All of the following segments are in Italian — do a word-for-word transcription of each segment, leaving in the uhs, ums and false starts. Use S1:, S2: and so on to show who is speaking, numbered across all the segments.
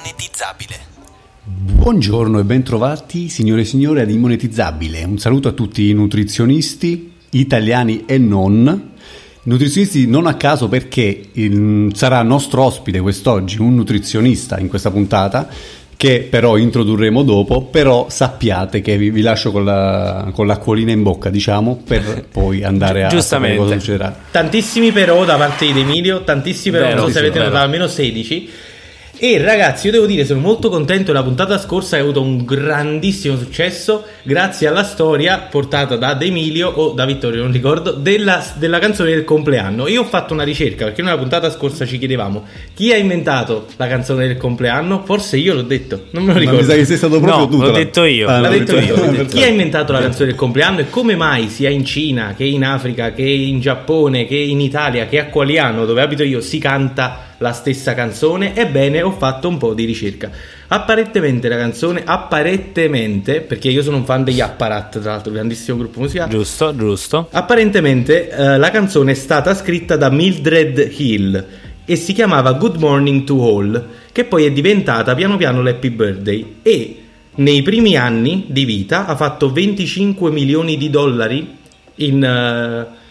S1: Immonetizzabile.
S2: Buongiorno e bentrovati signore e signori ad Immonetizzabile. Un saluto a tutti i nutrizionisti, italiani e non. Nutrizionisti non a caso perché il, sarà nostro ospite quest'oggi un nutrizionista in questa puntata che però introdurremo dopo, però sappiate che vi, vi lascio con, la, con l'acquolina in bocca, diciamo, per poi andare a sapere cosa succederà.
S3: Tantissimi però da parte di Emilio, tantissimi però, vero, non so se avete notato, almeno sedici. E ragazzi, io devo dire, sono molto contento. La puntata scorsa ha avuto un grandissimo successo grazie alla storia portata da Emilio o da Vittorio, non ricordo, della, della canzone del compleanno. Io ho fatto una ricerca perché nella puntata scorsa ci chiedevamo chi ha inventato la canzone del compleanno. Forse io l'ho detto, non me lo ricordo.
S2: Ma mi sa che sei stato proprio
S4: no,
S2: tu.
S4: l'ho detto io.
S3: Ah,
S4: l'ho
S3: detto
S4: detto
S3: io.
S4: io.
S3: Chi ha inventato la canzone del compleanno e come mai sia in Cina che in Africa che in Giappone che in Italia che a Qualiano, dove abito io, si canta la stessa canzone? Ebbene, ho fatto un po' di ricerca. Apparentemente la canzone, apparentemente, perché io sono un fan degli Apparat, tra l'altro, grandissimo gruppo musicale.
S4: Giusto, giusto.
S3: Apparentemente eh, la canzone è stata scritta da Mildred Hill e si chiamava Good Morning to All, che poi è diventata piano piano l'Happy Birthday e nei primi anni di vita ha fatto venticinque milioni di dollari in... Uh,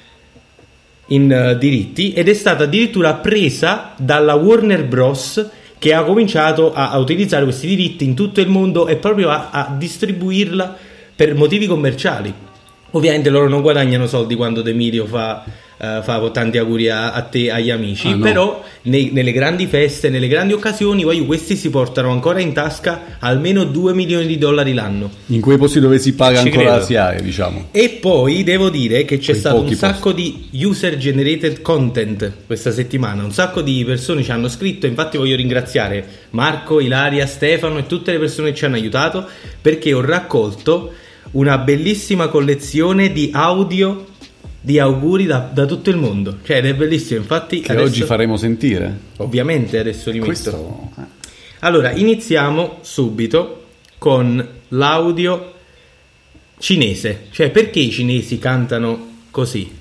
S3: in uh, diritti ed è stata addirittura presa dalla Warner Bros, che ha cominciato a, a utilizzare questi diritti in tutto il mondo e proprio a, a distribuirla per motivi commerciali. Ovviamente loro non guadagnano soldi quando Emilio fa, uh, fa tanti auguri a, a te, agli amici, ah, no. Però nei, nelle grandi feste, nelle grandi occasioni, voglio, questi si portano ancora in tasca almeno due milioni di dollari l'anno.
S2: In quei posti dove si paga
S4: Ci
S2: ancora
S4: credo.
S2: la S I A E, diciamo.
S3: E poi devo dire che c'è
S2: Quei
S3: stato un
S2: pochi
S3: sacco di user generated content questa settimana, un sacco di persone ci hanno scritto, infatti voglio ringraziare Marco, Ilaria, Stefano e tutte le persone che ci hanno aiutato, perché ho raccolto una bellissima collezione di audio di auguri da, da tutto il mondo, cioè ed è bellissimo, infatti
S2: che
S3: adesso,
S2: oggi faremo sentire.
S3: ovviamente adesso li metto.
S2: Questo...
S3: Allora iniziamo subito con l'audio cinese, cioè perché i cinesi cantano così.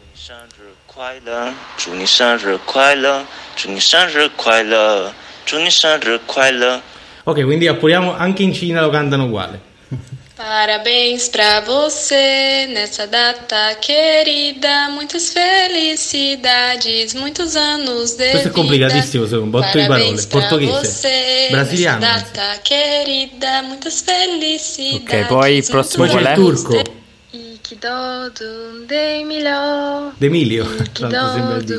S3: Ok, quindi appuriamo, anche in Cina lo cantano uguale.
S5: Parabéns pra você nessa data querida, muitas felicidades, muitos anos de vida.
S3: Questo è complicatissimo, sono un botto di parole. Portoghese, brasiliano.
S5: Data querida, muitas felicidades.
S4: Ok, poi il prossimo
S3: poi c'è
S4: qual
S3: il
S4: è?
S3: turco.
S5: D'Emilio.
S3: D'Emilio, tanto sembra dire.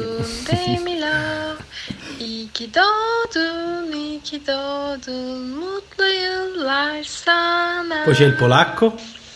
S5: İki doğdun, iki doğdun, mutlu yıllar sana.
S3: Poi c'è il polacco.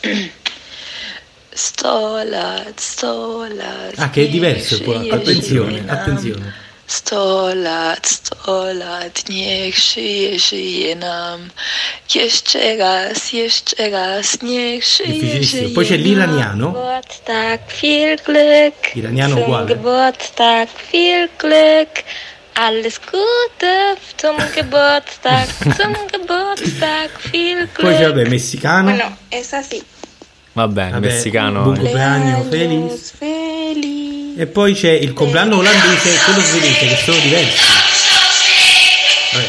S5: Sto lat, sto lat.
S3: Ah, che è diverso il polacco, attenzione, attenzione.
S5: Sto lat, sto lat, niech żyje, żyje nam. Jeszcze raz, jeszcze raz, niech żyje,
S3: Difficilissimo.
S5: żyje
S3: Poi c'è l'iraniano.
S5: Geburtstag, viel Glück.
S3: Iraniano
S5: Zum
S3: uguale.
S5: Geburtstag, viel Glück. Alles Gute zum Geburtstag, zum Geburtstag, viel Glück.
S3: Poi c'è, vabbè, messicano.
S5: Bueno, es así.
S4: Va bene,
S3: Vabbè,
S4: messicano.
S3: buon compleanno, feliz. E poi c'è il compleanno olandese e quello svedese, che sono diversi. Vabbè.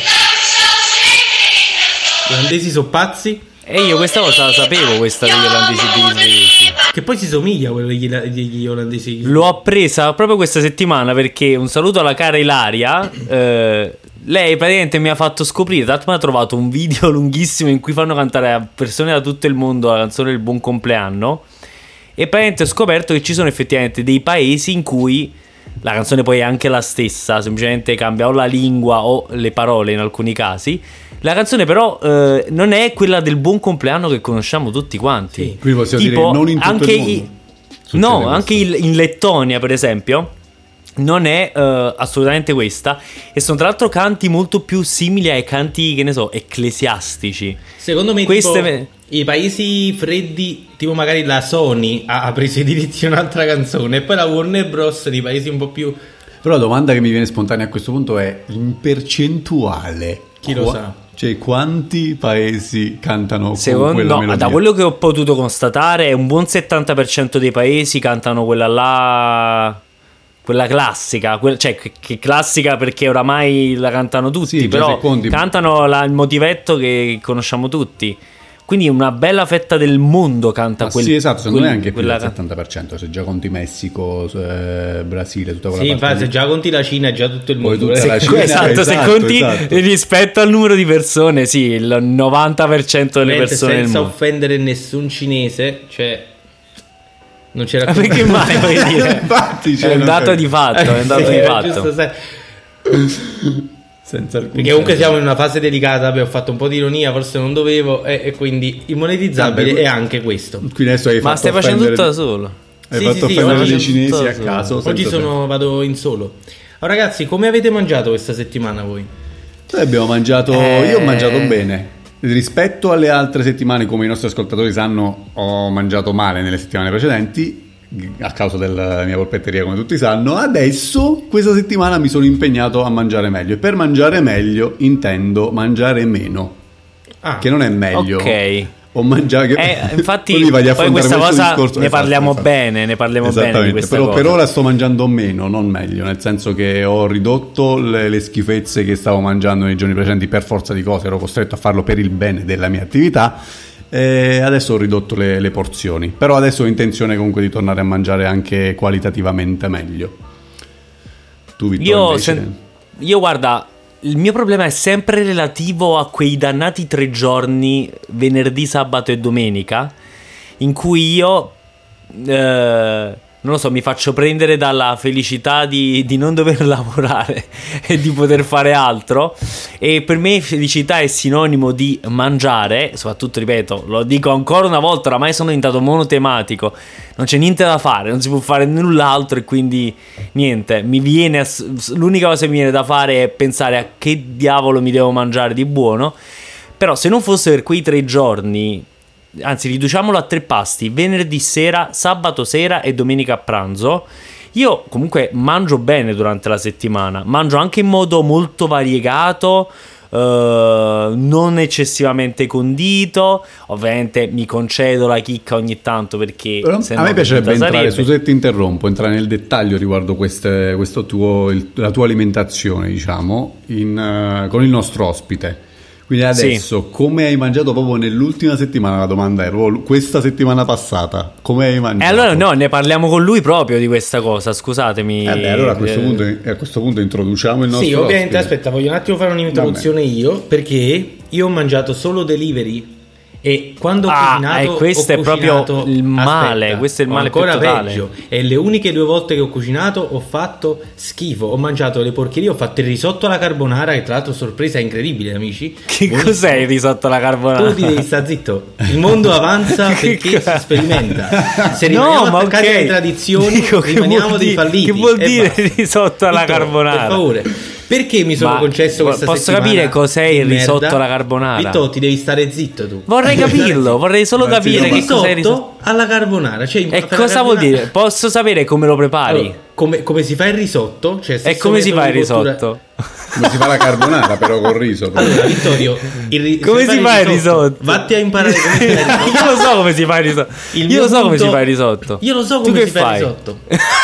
S3: Gli olandesi sono pazzi.
S4: E io questa cosa la sapevo, questa degli olandesi e degli svedesi.
S3: Che poi si somiglia a quello degli, degli olandesi.
S4: L'ho appresa proprio questa settimana perché un saluto alla cara Ilaria. eh, Lei praticamente mi ha fatto scoprire, tanto mi ha trovato un video lunghissimo in cui fanno cantare a persone da tutto il mondo la canzone del buon compleanno. E praticamente ho scoperto che ci sono effettivamente dei paesi in cui la canzone poi è anche la stessa, semplicemente cambia o la lingua o le parole in alcuni casi. La canzone però eh, non è quella del buon compleanno che conosciamo tutti quanti.
S3: Sì.
S2: Quindi possiamo
S4: Tipo,
S2: dire non in tutto
S4: anche
S2: il mondo.
S4: i-
S2: Succede
S4: no,
S2: questo.
S4: anche il- in Lettonia per esempio non è eh, assolutamente questa. E sono tra l'altro canti molto più simili ai canti, che ne so, ecclesiastici.
S3: Secondo me
S4: Queste
S3: tipo,
S4: me-
S3: i paesi freddi, tipo magari la Sony ha, ha preso i diritti di un'altra canzone e poi la Warner Bros. Di paesi un po' più...
S2: Però la domanda che mi viene spontanea a questo punto è in percentuale.
S3: Chi lo sa?
S2: Cioè quanti paesi cantano con
S4: Secondo
S2: quella
S4: no,
S2: melodia?
S4: da quello che ho potuto constatare, un buon settanta per cento dei paesi cantano quella là quella classica, quel, cioè che, che classica perché oramai la cantano tutti,
S2: Sì,
S4: però
S2: Conti.
S4: cantano la, il motivetto che conosciamo tutti. Quindi una bella fetta del mondo canta
S2: Ma
S4: quel,
S2: sì, esatto, secondo
S4: quel,
S2: me anche più
S4: quella
S2: del settanta per cento, se già conti Messico, eh, Brasile, tutta quella
S3: Sì,
S2: parte
S3: infatti,
S2: lì.
S3: se già conti la Cina è già tutto il
S2: Poi
S3: mondo.
S2: tutta
S3: eh.
S2: la
S4: Se-
S2: Cina,
S4: esatto,
S2: esatto,
S4: se conti
S2: esatto.
S4: rispetto al numero di persone, sì, il novanta per cento delle
S3: Ovviamente,
S4: persone del
S3: senza
S4: mondo.
S3: offendere nessun cinese, cioè non c'era
S4: Ma perché mai vuoi dire?
S2: Infatti,
S4: È
S2: cioè,
S4: un
S2: non
S4: dato
S2: c'è-
S4: di fatto, è un dato
S3: Sì,
S4: di
S3: era
S4: fatto.
S3: giusto, sai.
S2: senza alcun
S3: Perché comunque
S2: senso.
S3: siamo in una fase delicata, abbiamo fatto un po' di ironia, forse non dovevo, e, e quindi il monetizzabile
S2: Vabbè,
S3: è anche questo.
S2: Quindi adesso hai
S4: Ma
S2: fatto
S4: stai facendo
S2: offendere-
S4: tutto da solo.
S2: Hai
S3: Sì,
S2: fatto
S3: sì, sì,
S2: offendere
S3: oggi
S2: dei
S3: faccio
S2: cinesi
S4: tutto
S2: a
S4: da solo.
S2: caso.
S3: Oggi
S2: senza
S3: sono, vado in solo. Oh, ragazzi, come avete mangiato questa settimana voi?
S2: Noi abbiamo mangiato,
S4: Eh.
S2: io ho mangiato bene. Rispetto alle altre settimane, come i nostri ascoltatori sanno, ho mangiato male nelle settimane precedenti a causa della mia polpetteria, come tutti sanno. Adesso, questa settimana, mi sono impegnato a mangiare meglio. E per mangiare meglio intendo mangiare meno,
S3: Ah,
S2: che non è meglio.
S4: Ok.
S2: O mangiare.
S4: Eh, infatti,
S2: Poi vai a
S4: poi
S2: affrontare
S4: questa
S2: questo
S4: cosa
S2: discorso.
S4: ne
S2: Esatto,
S4: parliamo
S2: esatto.
S4: bene, ne parliamo bene di
S2: Esattamente,
S4: questa
S2: però
S4: cosa.
S2: per ora sto mangiando meno, non meglio, nel senso che ho ridotto le, le schifezze che stavo mangiando nei giorni precedenti per forza di cose, ero costretto a farlo per il bene della mia attività e adesso ho ridotto le, le porzioni, però adesso ho intenzione comunque di tornare a mangiare anche qualitativamente meglio. Tu Vittorio
S4: Io,
S2: invece?
S4: sen- io guarda, il mio problema è sempre relativo a quei dannati tre giorni, venerdì, sabato e domenica, in cui io, eh, non lo so, mi faccio prendere dalla felicità di, di non dover lavorare e di poter fare altro. E per me felicità è sinonimo di mangiare, soprattutto, ripeto, lo dico ancora una volta, oramai sono diventato monotematico, non c'è niente da fare, non si può fare null'altro e quindi niente, mi viene a, l'unica cosa che mi viene da fare è pensare a che diavolo mi devo mangiare di buono. Però se non fosse per quei tre giorni, anzi riduciamolo a tre pasti, venerdì sera, sabato sera e domenica a pranzo, io comunque mangio bene durante la settimana, mangio anche in modo molto variegato, Uh, non eccessivamente condito, ovviamente mi concedo la chicca ogni tanto perché
S2: Però
S4: se
S2: a
S4: no
S2: me piacerebbe
S4: cosa
S2: entrare,
S4: sarebbe?
S2: su se ti interrompo, entrare nel dettaglio riguardo queste, questo tuo, il- la tua alimentazione, diciamo, in, eh, con il nostro ospite. Quindi adesso, come hai mangiato proprio nell'ultima settimana? La domanda è proprio questa settimana passata, come hai
S4: E
S2: mangiato?
S4: allora no, ne parliamo con lui proprio di questa cosa, scusatemi.
S2: Eh beh, allora a questo,
S4: Eh,
S2: punto, a questo punto introduciamo il nostro
S3: sì, ovviamente,
S2: ospite.
S3: aspetta, voglio un attimo fare un'introduzione io, perché io ho mangiato solo delivery e quando ho
S4: Ah,
S3: cucinato
S4: e questo
S3: ho
S4: è proprio
S3: cucinato-
S4: il male,
S3: aspetta,
S4: questo è il
S3: ho
S4: male più
S3: ancora
S4: totale.
S3: peggio, e le uniche due volte che ho cucinato ho fatto schifo, ho mangiato le porcherie, ho fatto il risotto alla carbonara, che tra l'altro sorpresa incredibile, amici.
S4: Che
S3: Buonissimo.
S4: cos'è il risotto alla carbonara?
S3: Tu ti devi stare zitto. Il mondo avanza
S4: Che
S3: perché
S4: cazzo?
S3: si sperimenta. Se
S4: No,
S3: rimaniamo
S4: ma
S3: attaccati
S4: ok.
S3: alle tradizioni,
S4: Dico, che
S3: rimaniamo
S4: vuol
S3: dei
S4: dire-
S3: falliti.
S4: che vuol
S3: e
S4: dire
S3: basta.
S4: risotto alla
S3: Vittorio,
S4: carbonara?
S3: Per favore. Perché mi sono
S4: Ma
S3: concesso questa
S4: posso
S3: settimana
S4: capire cos'è
S3: di
S4: il risotto
S3: merda?
S4: alla carbonara?
S3: Vittorio, ti devi stare zitto tu.
S4: Vorrei
S3: Devi stare
S4: capirlo,
S3: zitto.
S4: vorrei solo
S2: Ma
S4: capire
S2: sì,
S4: che
S2: no,
S4: cos'è il risotto.
S3: Risotto alla carbonara. Cioè,
S4: E cosa vuol dire? Posso sapere come lo prepari?
S3: Allora, come, come si fa il risotto? Cioè,
S4: E
S3: stesso
S4: come si
S3: metodo
S4: fa il
S3: di cottura-
S4: risotto?
S2: Come si fa la carbonara però col riso?
S3: Allora, Vittorio, il ri-
S4: Come
S3: se
S4: si
S3: fai
S4: fa il risotto?
S3: Vatti a imparare come si fa il risotto.
S4: Io lo so come si fa il risotto.
S3: Il
S4: Io
S3: mio
S4: lo so come
S3: punto-
S4: si fa il risotto.
S3: Io lo so
S4: Tu
S3: come
S4: che
S3: si fa
S4: fai?
S3: il risotto.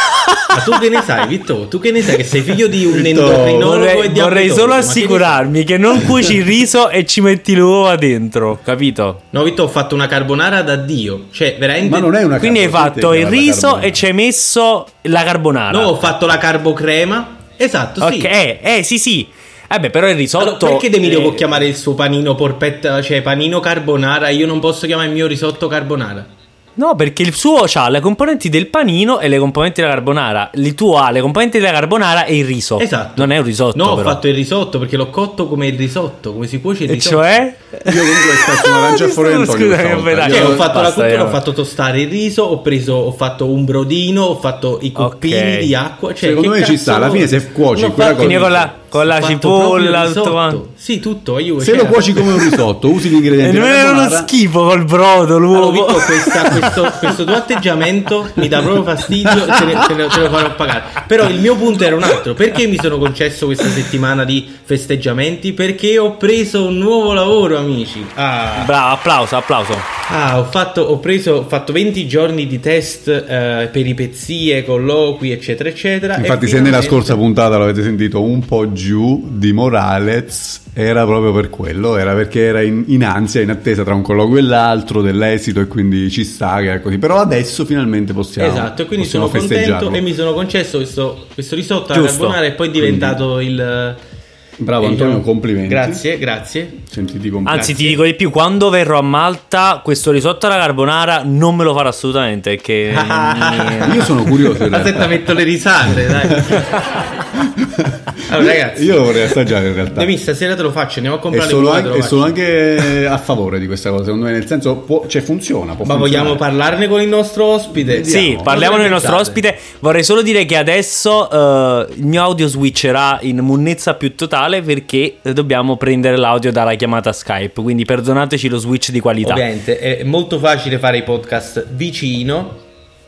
S3: Ma tu che ne sai, Vittorio? Tu che ne sai che sei figlio di un
S2: Vittorio,
S3: endocrinologo e
S4: Vorrei,
S3: di
S4: vorrei solo
S3: ma che ne sai?
S4: assicurarmi che non cuoci il riso e ci metti l'uova dentro, capito?
S3: No, Vittorio, ho fatto una carbonara da Dio. Cioè, veramente.
S2: Ma non è una
S4: Quindi hai
S2: carbonara,
S4: fatto
S2: te
S4: il
S2: la
S4: riso
S2: carbonara.
S4: e ci hai messo la carbonara.
S3: No, ho fatto la carbocrema. Esatto, sì.
S4: Ok, eh, eh, sì, sì. Eh beh, però il risotto.
S3: Allora, perché De Emilio
S4: eh,
S3: può chiamare il suo panino porpetta, cioè panino carbonara, e io non posso chiamare il mio risotto carbonara?
S4: No, perché il suo ha le componenti del panino e le componenti della carbonara. Il tuo ha le componenti della carbonara e il riso.
S3: Esatto.
S4: Non è un risotto,
S3: No,
S4: però.
S3: ho fatto il risotto perché l'ho cotto come il risotto, come si cuoce il
S4: E
S3: risotto.
S4: cioè?
S2: Io comunque spezzo un'arancia
S4: Ti
S2: fuori
S4: stavo-
S2: Antonio
S4: scusa,
S2: questa
S4: che
S2: volta.
S4: veramente-
S3: Cioè,
S2: Io-
S3: ho fatto la
S4: basta,
S3: cottura,
S4: io-
S3: ho fatto tostare il riso, ho preso, ho fatto un brodino, ho fatto i coppini
S4: Ok.
S3: di acqua. Cioè,
S2: Secondo
S3: che
S2: me ci sta,
S3: cazzo-
S2: alla fine se cuoci
S3: Non ho
S2: quella
S3: fatto
S4: Quindi
S2: cosa-
S4: con la, con la
S3: fatto
S4: cipolla,
S3: proprio
S4: tutto
S3: risotto.
S4: quanto.
S3: Sì, tutto. Io,
S2: Se
S3: cioè,
S2: lo cuoci come un risotto, usi gli
S4: E
S2: ingredienti
S4: non
S2: della
S4: è uno
S2: carbonara.
S4: schifo col brodo,
S3: Allora,
S4: l'uovo.
S3: Vicco, questa- questo, questo tuo atteggiamento mi dà proprio fastidio e te, ne- te ne- te lo farò pagare. Però il mio punto era un altro. Perché mi sono concesso questa settimana di festeggiamenti? Perché ho preso un nuovo lavoro, amici. Ah,
S4: Bravo, applauso, applauso.
S3: ah, ho, fatto, ho preso ho fatto venti giorni di test, eh, peripezie, colloqui, eccetera, eccetera. e
S2: Infatti, se nella
S3: finalmente-
S2: scorsa puntata l'avete sentito un po' giù di Morales, era proprio per quello, era perché era in, in ansia, in attesa tra un colloquio e l'altro dell'esito, e quindi ci sta che è così. Però adesso finalmente possiamo
S3: Esatto, e quindi
S2: possiamo
S3: sono contento
S2: festeggiarlo.
S3: e mi sono concesso questo, questo risotto alla
S4: Giusto.
S3: carbonara e poi è diventato il...
S2: Bravo
S3: il-
S2: Antonio, complimenti.
S3: Grazie, grazie.
S2: Sentiti complimenti.
S4: Anzi, ti dico di più, quando verrò a Malta, questo risotto alla carbonara non me lo farò assolutamente, perché mi-
S2: Io sono curioso in
S3: Aspetta,
S2: realtà.
S3: metto le risate, dai. Allora, ragazzi,
S2: Io lo vorrei assaggiare in realtà.
S3: Demi, stasera te lo faccio, andiamo a
S2: E
S3: comprare
S2: sono,
S3: le
S2: anche,
S3: uova, te
S2: e
S3: lo
S2: sono
S3: faccio.
S2: anche a favore di questa cosa, secondo me, nel senso, può, cioè funziona. Può
S3: Ma
S2: funzionare.
S3: vogliamo parlarne con il nostro ospite?
S4: Sì,
S2: Vediamo.
S4: parliamo
S3: Cosa
S4: del nostro
S3: pensate?
S4: ospite. Vorrei solo dire che adesso eh, il mio audio switcherà in monnezza più totale perché eh, dobbiamo prendere l'audio dalla chiamata Skype. Quindi perdonateci lo switch di qualità.
S3: Ovviamente è molto facile fare i podcast vicino.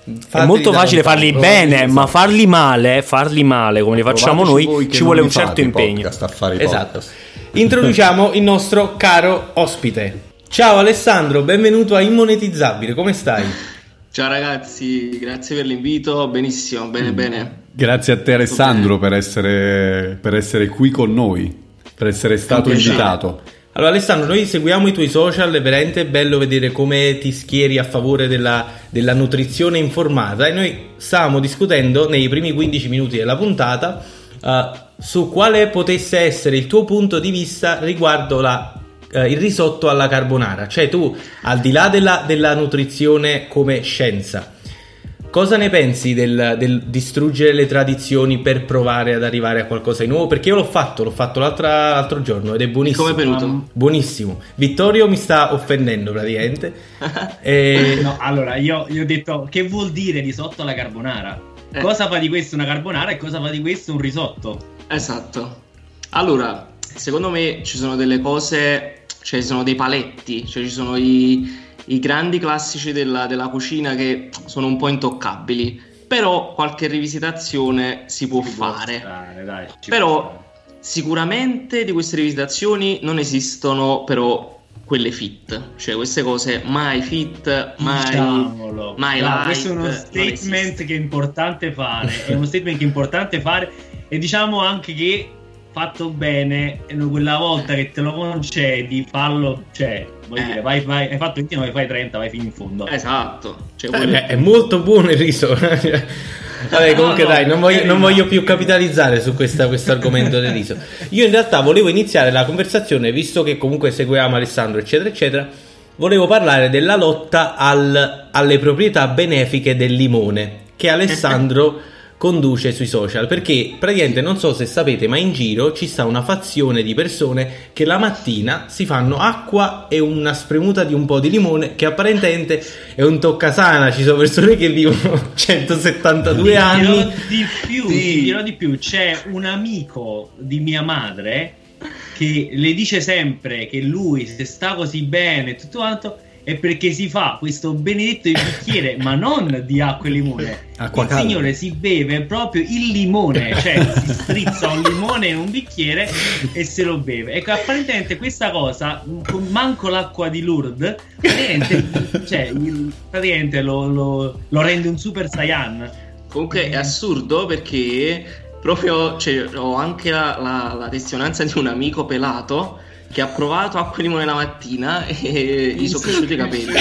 S4: È molto facile farli bene,
S3: esatto.
S4: ma farli male, farli male come li facciamo
S2: Provateci
S4: noi,
S2: voi che
S4: ci
S2: non
S4: vuole
S2: li
S4: un certo
S2: fate i
S4: impegno.
S2: podcast a fare i
S3: Esatto.
S2: podcast.
S3: Introduciamo il nostro caro ospite. Ciao Alessandro, benvenuto a Immonetizzabile, come stai?
S1: Ciao ragazzi, grazie per l'invito, benissimo, bene bene.
S2: Grazie a te Alessandro per essere, per essere qui con noi, per essere stato
S1: Un piacere.
S2: invitato.
S3: Allora Alessandro, noi seguiamo i tuoi social, è veramente bello vedere come ti schieri a favore della, della nutrizione informata e noi stavamo discutendo nei primi quindici minuti della puntata eh, su quale potesse essere il tuo punto di vista riguardo la, eh, il risotto alla carbonara. Cioè tu, al di là della, della nutrizione come scienza, cosa ne pensi del, del distruggere le tradizioni per provare ad arrivare a qualcosa di nuovo? Perché io l'ho fatto, l'ho fatto l'altra, l'altro giorno ed è buonissimo.
S1: Come è venuto?
S3: Buonissimo. Vittorio mi sta offendendo praticamente. E...
S6: No, allora io, io ho detto che vuol dire risotto alla carbonara?
S1: Eh.
S6: Cosa fa di questo una carbonara e cosa fa di questo un risotto?
S1: Esatto. Allora, secondo me ci sono delle cose, cioè ci sono dei paletti, cioè ci sono i, i grandi classici della, della cucina che sono un po' intoccabili, però qualche rivisitazione si può
S6: Ci può
S1: fare.
S6: stare, dai, ci
S1: Però
S6: può stare.
S1: sicuramente di queste rivisitazioni non esistono però quelle fit, cioè queste cose mai fit, mai,
S6: Diciamolo.
S1: mai
S6: No,
S1: light,
S6: questo è uno
S1: non
S6: statement
S1: esiste.
S6: che è importante fare. È uno statement che è importante fare. E diciamo anche che fatto bene, e quella volta che te lo concedi, fallo, cioè, voglio
S1: Eh.
S6: dire, vai, vai, hai fatto venti, fai trenta, vai fino in fondo.
S1: Esatto, cioè,
S3: Eh,
S1: quello-
S3: beh, è molto buono il riso. Vabbè, comunque
S1: No, no,
S3: dai, non voglio, non
S6: carino.
S3: voglio più capitalizzare su questa, questo argomento del riso. Io in realtà volevo iniziare la conversazione, visto che comunque seguiamo Alessandro, eccetera, eccetera. Volevo parlare della lotta al- alle proprietà benefiche del limone che Alessandro conduce sui social, perché praticamente non so se sapete, ma in giro ci sta una fazione di persone che la mattina si fanno acqua e una spremuta di un po' di limone, che apparentemente è un toccasana. Ci sono persone che vivono centosettantadue
S6: Ti dirò
S3: anni.
S6: di più,
S1: Sì.
S6: ti dirò di più, c'è un amico di mia madre che le dice sempre che lui, se sta così bene e tutto quanto, è perché si fa questo benedetto bicchiere, ma non di acqua e limone.
S2: Acqua
S6: il
S2: calda.
S6: signore si beve proprio il limone, cioè si strizza un limone in un bicchiere e se lo beve. Ecco, apparentemente questa cosa, con manco l'acqua di Lourdes, praticamente, cioè, il- praticamente lo, lo- lo rende un super saiyan.
S1: Comunque è assurdo perché proprio cioè, ho anche la, la- la testimonianza di un amico pelato che ha provato acqua e limone la mattina e gli sono cresciuti i capelli.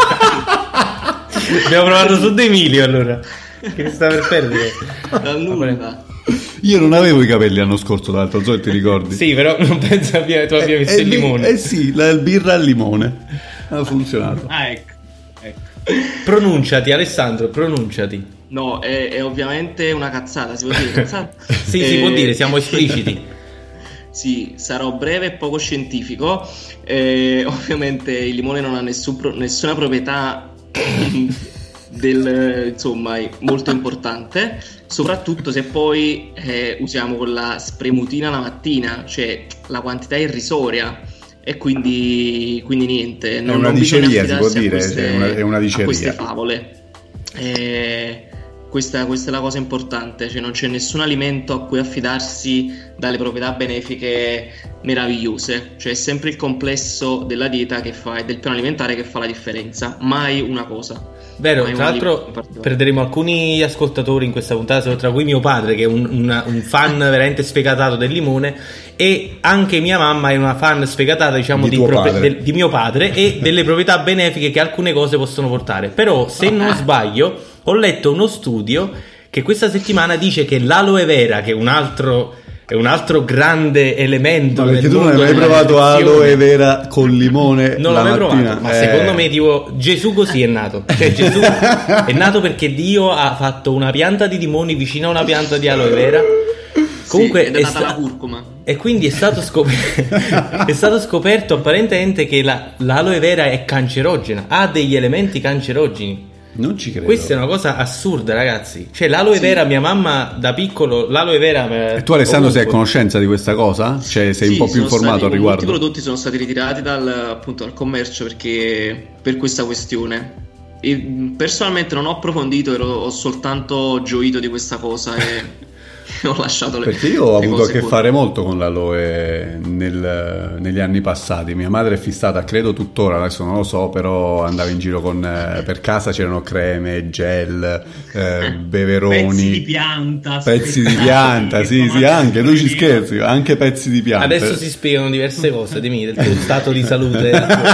S3: Abbiamo provato su De Emilio allora, che sta per perdere.
S1: Dal nulla.
S2: Io non avevo i capelli l'anno scorso, tra l'altro, non so se ti ricordi.
S3: Sì, però non penso abbia, tu abbia visto
S2: Eh,
S3: il
S2: lì-
S3: limone.
S2: Eh sì, la il birra al limone. Ha funzionato.
S6: Ah, ecco, ecco.
S3: Pronunciati Alessandro, pronunciati.
S1: No, è, è ovviamente una cazzata, si può dire cazzata?
S3: Sì, si
S1: Eh,
S3: può dire, siamo espliciti.
S1: Sì, sarò breve e poco scientifico. Eh, ovviamente il limone non ha nessun pro- nessuna proprietà del, insomma, è molto importante, soprattutto se poi eh, usiamo con la spremutina la mattina, cioè la quantità è irrisoria. E quindi, quindi niente, non,
S2: è una
S1: non bisogna
S2: diceria, si può
S1: affidarsi a
S2: dire,
S1: queste,
S2: è una, è una
S1: a
S2: diceria.
S1: queste favole. Eh, questa, questa è la cosa importante, cioè non c'è nessun alimento a cui affidarsi dalle proprietà benefiche meravigliose, cioè è sempre il complesso della dieta che fa e del piano alimentare che fa la differenza, mai una cosa.
S3: Vero,
S1: mai
S3: tra l'altro perderemo alcuni ascoltatori in questa puntata, tra cui mio padre che è un, una, un fan veramente sfegatato del limone, e anche mia mamma è una fan sfegatata, diciamo,
S2: di,
S3: di,
S2: tuo
S3: prope-
S2: padre.
S3: del, di mio padre e delle proprietà benefiche che alcune cose possono portare. Però se non sbaglio ho letto uno studio che questa settimana dice che l'aloe vera, che è un altro è un altro grande elemento.
S2: No, perché
S3: nel
S2: tu non hai
S3: mondo
S2: mai
S3: della
S2: provato
S3: nutrizione.
S2: aloe vera con limone?
S3: Non
S2: la
S3: l'ho mai
S2: mattina?
S3: provato, ma
S2: Eh.
S3: secondo me tipo Gesù così è nato. Cioè Gesù è nato perché Dio ha fatto una pianta di limoni vicino a una pianta di aloe vera. Comunque
S1: sì, ed è
S3: è
S1: nata
S3: sta-
S1: la curcuma.
S3: E quindi è stato, scop- è stato scoperto apparentemente che la- l'aloe vera è cancerogena, ha degli elementi cancerogeni.
S2: Non ci credo.
S3: Questa è una cosa assurda, ragazzi. Cioè l'aloe sì. vera, mia mamma da piccolo, l'aloe vera...
S2: E tu Alessandro sei a
S3: ovunque.
S2: conoscenza di questa cosa? Cioè sei
S1: Sì,
S2: un po' più
S1: sono
S2: informato
S1: stati,
S2: al riguardo?
S1: Molti prodotti sono stati ritirati dal, appunto, dal commercio perché per questa questione. E personalmente non ho approfondito, ero, ho soltanto gioito di questa cosa e ho lasciato le
S2: Perché io ho
S1: le
S2: avuto a
S1: cose
S2: che
S1: fuori.
S2: fare molto con l'aloe nel- negli anni passati. Mia madre è fissata, credo tuttora, adesso non lo so, però andava in giro con eh, per casa c'erano creme, gel, eh, beveroni,
S6: Pezzi di pianta.
S2: pezzi di
S6: spettacoli,
S2: pianta, sì, sì, anche tu ci scherzi, anche pezzi di pianta.
S3: Adesso si spiegano diverse cose di me, del tuo stato di salute.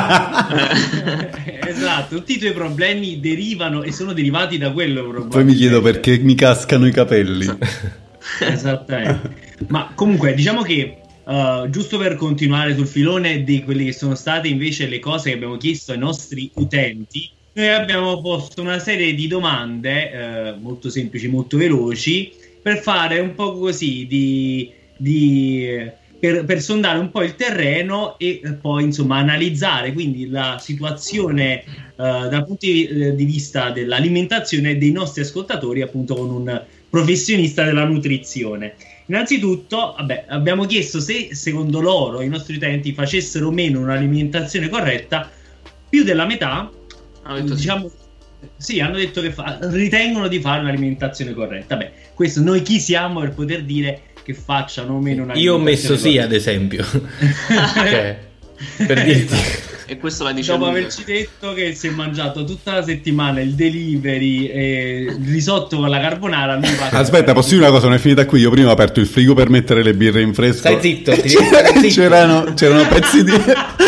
S6: Esatto, tutti i tuoi problemi derivano e sono derivati da quello.
S2: Poi mi chiedo perché mi cascano i capelli.
S6: Esattamente. Ma comunque diciamo che uh, giusto per continuare sul filone di quelle che sono state invece le cose che abbiamo chiesto ai nostri utenti, noi abbiamo posto una serie di domande eh, molto semplici, molto veloci, per fare un po' così di, di per, per sondare un po' il terreno e poi insomma analizzare quindi la situazione uh, dal punto di, di vista dell'alimentazione dei nostri ascoltatori, appunto con un professionista della nutrizione. Innanzitutto, vabbè, abbiamo chiesto se secondo loro i nostri utenti facessero o meno un'alimentazione corretta. Più della metà
S1: Hanno detto
S6: diciamo sì. sì, hanno detto che fa- ritengono di fare un'alimentazione corretta. Beh, questo noi chi siamo per poter dire che facciano o meno un'alimentazione
S3: Io ho messo sì,
S6: corretta?
S3: ad esempio. Cioè, per dirti.
S1: E questo la dice
S6: Dopo
S1: lunga.
S6: averci detto che si è mangiato tutta la settimana il delivery e il risotto con la carbonara, lui va-
S2: Aspetta, posso dire una cosa? Non è finita qui. Io prima ho aperto il frigo per mettere le birre in fresco.
S3: Stai zitto, ti devi
S2: C'era-
S3: stare zitto.
S2: c'erano, c'erano pezzi di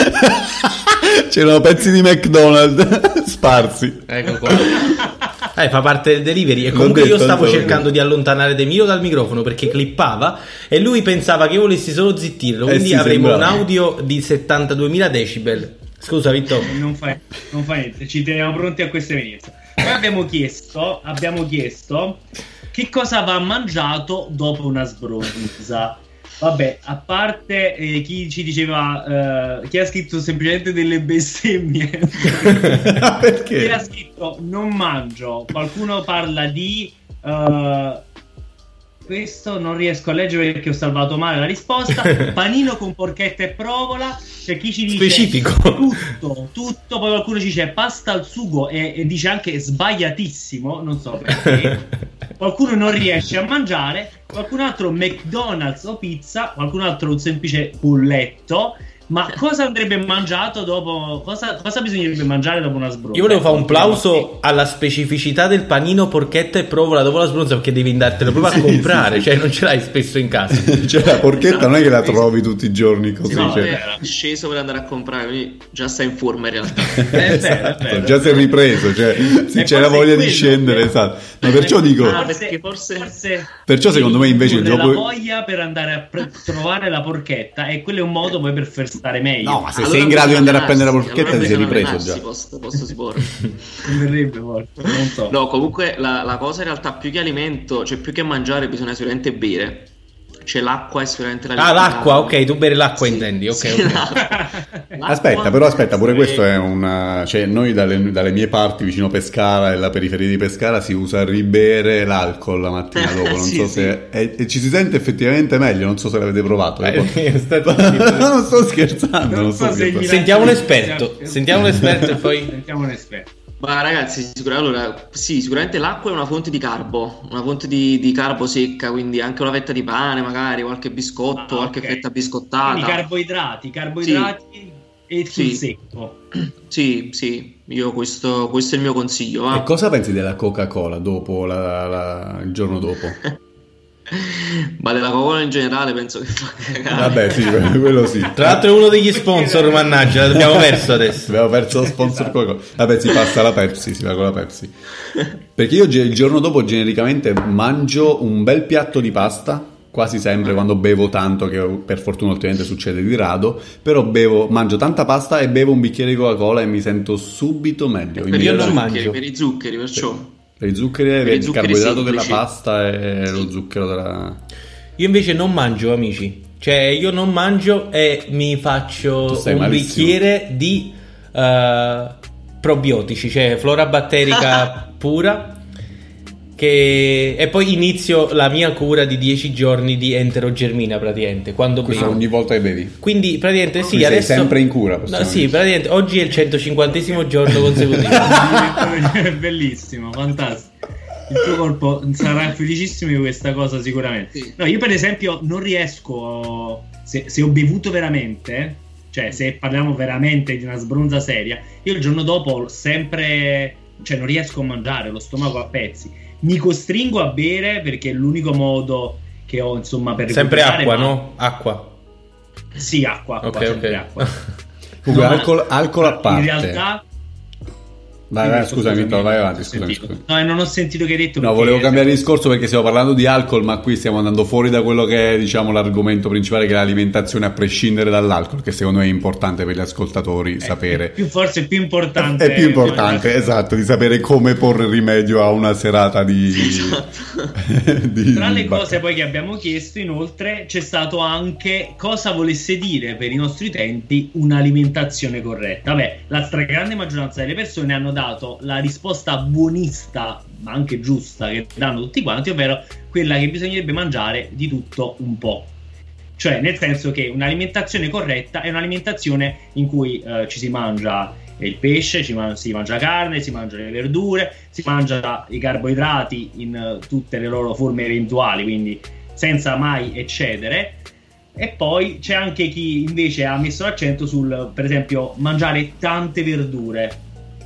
S2: c'erano pezzi di McDonald's sparsi.
S3: Ecco qua. Eh, fa parte del delivery. E
S2: L'ho
S3: comunque io
S2: detto,
S3: stavo
S2: insomma.
S3: cercando di allontanare De Mio dal microfono perché clippava e lui pensava che io volessi solo zittirlo.
S2: Eh
S3: Quindi
S2: sì,
S3: avremo
S2: sembrava.
S3: un audio di settantaduemila decibel. Scusa Vittorio.
S6: non fa, non fa niente, ci teniamo pronti a questa evenienza. Poi abbiamo chiesto, abbiamo chiesto che cosa va mangiato dopo una sbronza. Vabbè, a parte eh, chi ci diceva, eh, chi ha scritto semplicemente delle bestemmie, chi ha
S2: Perché?
S6: scritto non mangio, qualcuno parla di eh, questo non riesco a leggere perché ho salvato male la risposta. Panino con porchetta e provola. C'è chi ci dice
S3: Specifico.
S6: tutto, tutto. Poi qualcuno ci dice pasta al sugo e, e dice anche sbagliatissimo, non so perché. Qualcuno non riesce a mangiare, qualcun altro McDonald's o pizza, qualcun altro un semplice polletto. Ma cosa andrebbe mangiato dopo? Cosa, cosa bisognerebbe mangiare dopo una sbronza?
S3: Io volevo fare un plauso alla specificità del panino, porchetta e provola dopo la sbronza, perché devi andartelo proprio a comprare, cioè non ce l'hai spesso in casa.
S2: Cioè la porchetta non è che la trovi tutti i giorni così.
S1: No,
S2: cioè.
S1: era sceso per andare a comprare, quindi già sta in forma in realtà.
S6: È vero, è
S2: Esatto,
S6: vero.
S2: già si è ripreso, cioè se
S6: E
S2: c'è la
S6: forse
S2: voglia
S6: è
S2: di
S6: quello,
S2: scendere,
S6: eh.
S2: esatto. Ma perciò dico,
S1: Ah, perché forse-
S2: perciò secondo me invece il
S6: la
S2: gioco-
S6: voglia per andare a pre- trovare la porchetta, e quello è un modo poi per per stare meglio.
S2: no, ma se
S1: Allora
S2: sei in grado di
S1: bisogna
S2: andare a prendere la
S1: allenarsi,
S2: porchetta ti sei
S1: allora
S2: ripreso
S1: bisogna
S2: già.
S1: allenarsi, Posso, posso si porre.
S6: Non verrebbe forse, non so.
S1: No, comunque la, la cosa in realtà più che alimento, cioè più che mangiare, bisogna sicuramente bere. Cioè l'acqua è sicuramente la
S3: Ah, l'acqua, ok, tu bere l'acqua
S1: Sì,
S3: intendi, ok,
S1: sì,
S3: ok.
S1: l'acqua
S2: Aspetta, però aspetta, pure
S1: è-
S2: questo è un... Cioè, noi dalle, dalle mie parti, vicino Pescara e la periferia di Pescara, si usa ribere l'alcol la mattina dopo, non
S1: Sì,
S2: so
S1: sì.
S2: se... E, e ci si sente effettivamente meglio, non so se l'avete provato.
S3: Eh,
S2: eh,
S3: è stato-
S2: non sto scherzando, non,
S6: Non
S2: sto
S6: so se
S2: scherzando.
S6: gli-
S3: Sentiamo un esperto, sentiamo un esperto e poi...
S6: Sentiamo un esperto.
S1: Ma ragazzi, sicur- allora, sì, sicuramente l'acqua è una fonte di carbo, una fonte di, di carbo secca, quindi anche una fetta di pane, magari qualche biscotto,
S6: Ah,
S1: qualche
S6: ok.
S1: fetta
S6: Quindi
S1: biscottata.
S6: carboidrati, carboidrati e sul
S1: Sì.
S6: secco.
S1: Sì, sì, io questo, questo è il mio consiglio.
S2: E
S1: Va?
S2: cosa pensi della Coca-Cola dopo, la- la- il giorno dopo?
S1: Ma della Coca-Cola in generale penso che fa cagare.
S2: Vabbè, sì, quello sì.
S3: Tra l'altro è uno degli sponsor, mannaggia, l'abbiamo perso adesso.
S2: Abbiamo perso lo sponsor Coca-Cola. Vabbè, si passa alla Pepsi, si va con la Pepsi. Perché io ge- il giorno dopo genericamente mangio un bel piatto di pasta, quasi sempre quando bevo tanto, che per fortuna ultimamente succede di rado, però bevo, mangio tanta pasta e bevo un bicchiere di Coca-Cola e mi sento subito meglio.
S1: Per,
S3: Io
S1: i
S3: non
S1: zuccheri,
S3: mangio.
S1: per i zuccheri, perciò.
S2: Per i zuccheri,
S1: Per i
S2: il
S1: zuccheri
S2: carboidrato della
S1: semplici.
S2: pasta e
S1: Sì.
S2: lo zucchero della...
S3: Io invece non mangio, amici. Cioè, io non mangio e mi
S2: Tu
S3: faccio
S2: stai
S3: un
S2: malissimo.
S3: bicchiere di eh, probiotici, cioè flora batterica pura. Che... E poi inizio la mia cura di dieci giorni di enterogermina praticamente. Quando
S2: Questo
S3: bevo.
S2: ogni volta che bevi.
S3: Quindi praticamente sì,
S2: Quindi sei
S3: adesso
S2: sempre in cura,
S3: No,
S2: possiamo
S3: sì,
S2: dire.
S3: praticamente oggi è il centocinquantesimo giorno consecutivo.
S6: Bellissimo, fantastico. Il tuo corpo sarà felicissimo di questa cosa sicuramente.
S1: Sì.
S6: No, io per esempio non riesco, se, se ho bevuto veramente, cioè se parliamo veramente di una sbronza seria, io il giorno dopo ho sempre, cioè non riesco a mangiare, lo stomaco a pezzi. Mi costringo a bere perché è l'unico modo che ho, insomma, per
S3: Sempre
S6: recuperare,
S3: acqua,
S6: ma-
S3: no? Acqua.
S6: Sì, acqua, acqua,
S3: Ok,
S6: sempre
S3: ok.
S6: acqua.
S2: Comunque,
S6: No,
S2: alcol, alcol a
S6: in
S2: parte.
S6: realtà
S2: Vai, vai, scusami, Vittorio, vai avanti,
S6: ho
S2: scusami,
S6: sentito.
S2: scusami.
S6: No, e non ho sentito che hai detto.
S2: No,
S6: perché-
S2: volevo cambiare discorso perché stiamo parlando di alcol, ma qui stiamo andando fuori da quello che è, diciamo, l'argomento principale, che è l'alimentazione a prescindere dall'alcol, che secondo me è importante per gli ascoltatori sapere.
S6: Più, forse è più importante.
S2: È più importante, esatto, di sapere come porre rimedio a una serata di... di-
S6: Tra le
S2: di
S6: cose poi che abbiamo chiesto, inoltre, c'è stato anche cosa volesse dire per i nostri utenti un'alimentazione corretta. Vabbè, la stragrande maggioranza delle persone hanno dato la risposta buonista, ma anche giusta, che danno tutti quanti, ovvero quella che bisognerebbe mangiare di tutto un po'. Cioè, nel senso che un'alimentazione corretta è un'alimentazione in cui eh, ci si mangia il pesce, ci man- si mangia carne, si mangiano le verdure, si mangia i carboidrati in eh, tutte le loro forme eventuali, quindi senza mai eccedere. E poi c'è anche chi invece ha messo l'accento sul, per esempio, mangiare tante verdure.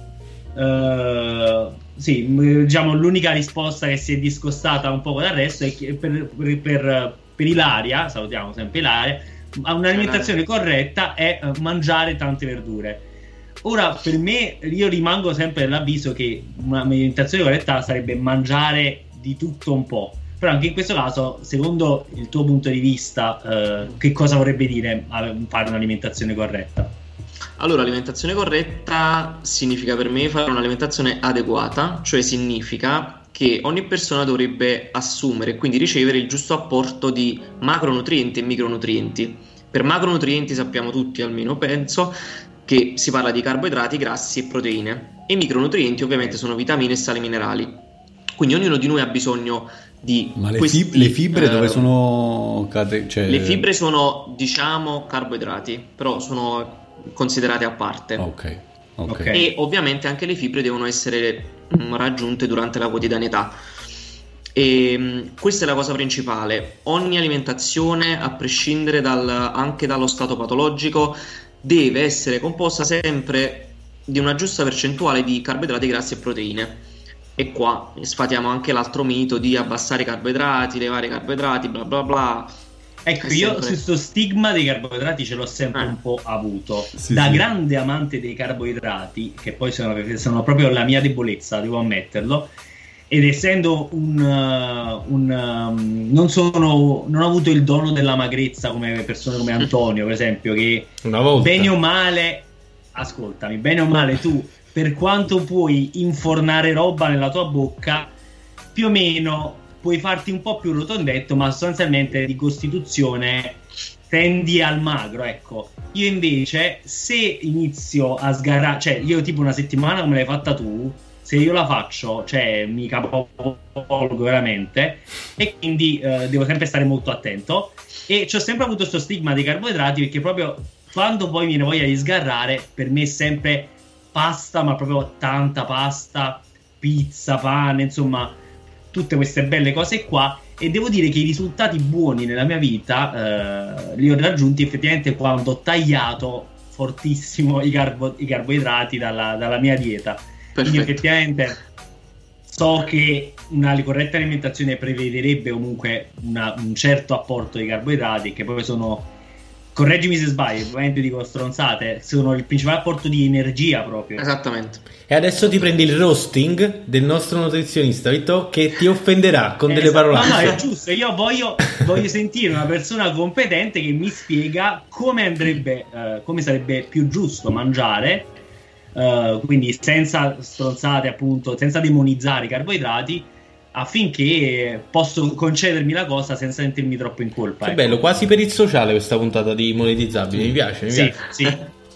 S6: Uh, sì, m- diciamo l'unica risposta che si è discostata un po' dal resto è che per, per, per, per Ilaria, salutiamo sempre Ilaria, un'alimentazione corretta è uh, mangiare tante verdure. Ora, per me, io rimango sempre dell'avviso che un'alimentazione corretta sarebbe mangiare di tutto un po'. Però anche in questo caso, secondo il tuo punto di vista, uh, che cosa vorrebbe dire fare un'alimentazione corretta?
S1: Allora, alimentazione corretta significa per me fare un'alimentazione adeguata, cioè significa che ogni persona dovrebbe assumere e quindi ricevere il giusto apporto di macronutrienti e micronutrienti. Per macronutrienti sappiamo tutti, almeno penso, che si parla di carboidrati, grassi e proteine. E i micronutrienti ovviamente sono vitamine e sali minerali. Quindi ognuno di noi ha bisogno di
S2: Ma le,
S1: questi,
S2: fib- le fibre
S1: eh,
S2: dove sono... cate- cioè...
S1: Le fibre sono, diciamo, carboidrati, però sono considerate a parte.
S2: Ok, ok.
S6: Ok.
S1: E ovviamente anche le fibre devono essere mm, raggiunte durante la quotidianità. E mm, questa è la cosa principale. Ogni alimentazione, a prescindere dal, anche dallo stato patologico, deve essere composta sempre di una giusta percentuale di carboidrati, grassi e proteine. E qua sfatiamo anche l'altro mito di abbassare i carboidrati, levare i carboidrati, bla bla bla.
S6: Ecco,
S1: È
S6: io
S1: sempre-
S6: su questo stigma dei carboidrati ce l'ho sempre
S1: Eh.
S6: un po' avuto.
S2: Sì,
S6: da
S2: sì.
S6: grande amante dei carboidrati, che poi sono, sono proprio la mia debolezza, devo ammetterlo. Ed essendo un, uh, un um, non sono non ho avuto il dono della magrezza come persone come Antonio, per esempio, che
S3: Una volta.
S6: bene o male, ascoltami, bene o male tu, per quanto puoi infornare roba nella tua bocca, più o meno puoi farti un po' più rotondetto, ma sostanzialmente di costituzione tendi al magro, ecco. Io invece, se inizio a sgarrare, cioè io tipo una settimana come l'hai fatta tu, se io la faccio, cioè mi capovolgo veramente, e quindi eh, devo sempre stare molto attento. E ci ho sempre avuto questo stigma dei carboidrati, perché proprio quando poi viene voglia di sgarrare, per me è sempre pasta, ma proprio tanta pasta, pizza, pane, insomma tutte queste belle cose qua. E devo dire che i risultati buoni nella mia vita eh, li ho raggiunti effettivamente quando ho tagliato fortissimo i, carbo- i carboidrati dalla, dalla mia dieta.
S1: Perfetto.
S6: Quindi effettivamente so che una corretta alimentazione prevederebbe comunque una, un certo apporto di carboidrati, che poi sono, correggimi se sbaglio, ovviamente dico stronzate, sono il principale apporto di energia proprio.
S1: Esattamente.
S3: E adesso ti prendi il roasting del nostro nutrizionista, Vitto, che ti offenderà con delle
S6: Esatto.
S3: parolacce.
S6: No, no, è giusto. Io voglio, voglio sentire una persona competente che mi spiega come andrebbe, eh, come sarebbe più giusto mangiare, eh, quindi senza stronzate, appunto, senza demonizzare i carboidrati, affinché posso concedermi la cosa senza sentirmi troppo in colpa.
S3: Che
S6: ecco.
S3: bello, quasi per il sociale questa puntata di Monetizzabili, mi piace, mi
S6: Sì,
S3: piace.
S6: sì.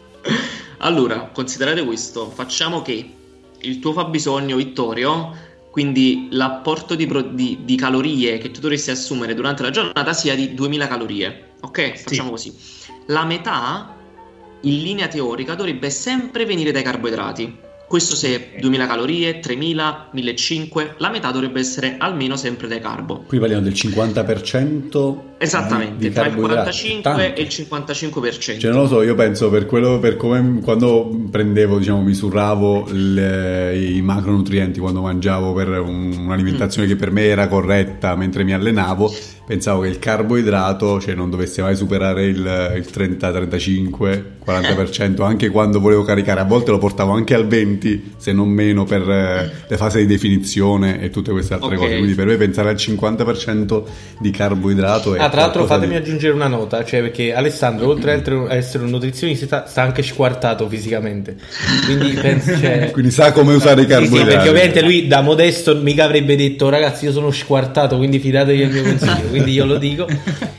S1: Allora, considerate questo, facciamo che il tuo fabbisogno, Vittorio, quindi l'apporto di, pro- di, di calorie che tu dovresti assumere durante la giornata sia di duemila calorie, ok? Facciamo così. La metà, in linea teorica, dovrebbe sempre venire dai carboidrati. Questo se duemila calorie, tremila, millecinquecento, la metà dovrebbe essere almeno sempre dai carbo.
S2: Qui parliamo del cinquanta per cento
S1: Esattamente,
S2: di, di
S1: tra il
S2: carboidrati.
S1: quarantacinque
S2: Tanto.
S1: e il cinquantacinque per cento.
S2: Cioè non lo so, io penso per quello, per come quando prendevo, diciamo, misuravo le, i macronutrienti quando mangiavo per un, un'alimentazione mm. che per me era corretta mentre mi allenavo, pensavo che il carboidrato, cioè, non dovesse mai superare il, il trenta, trentacinque, quaranta per cento anche quando volevo caricare. A volte lo portavo anche al venti, se non meno, per eh, le fasi di definizione e tutte queste altre
S1: Ok.
S2: cose. Quindi per me pensare al cinquanta per cento di carboidrato è
S3: Ah, tra l'altro
S2: qualcosa
S3: fatemi
S2: di...
S3: aggiungere una nota, cioè perché Alessandro, oltre ad essere un nutrizionista, sta anche squartato fisicamente. Quindi penso, cioè...
S2: Quindi sa come usare i
S3: Sì, sì,
S2: carboidrati.
S3: perché ovviamente lui da modesto mica avrebbe detto ragazzi io sono squartato, quindi fidatevi del mio consiglio, quindi io lo dico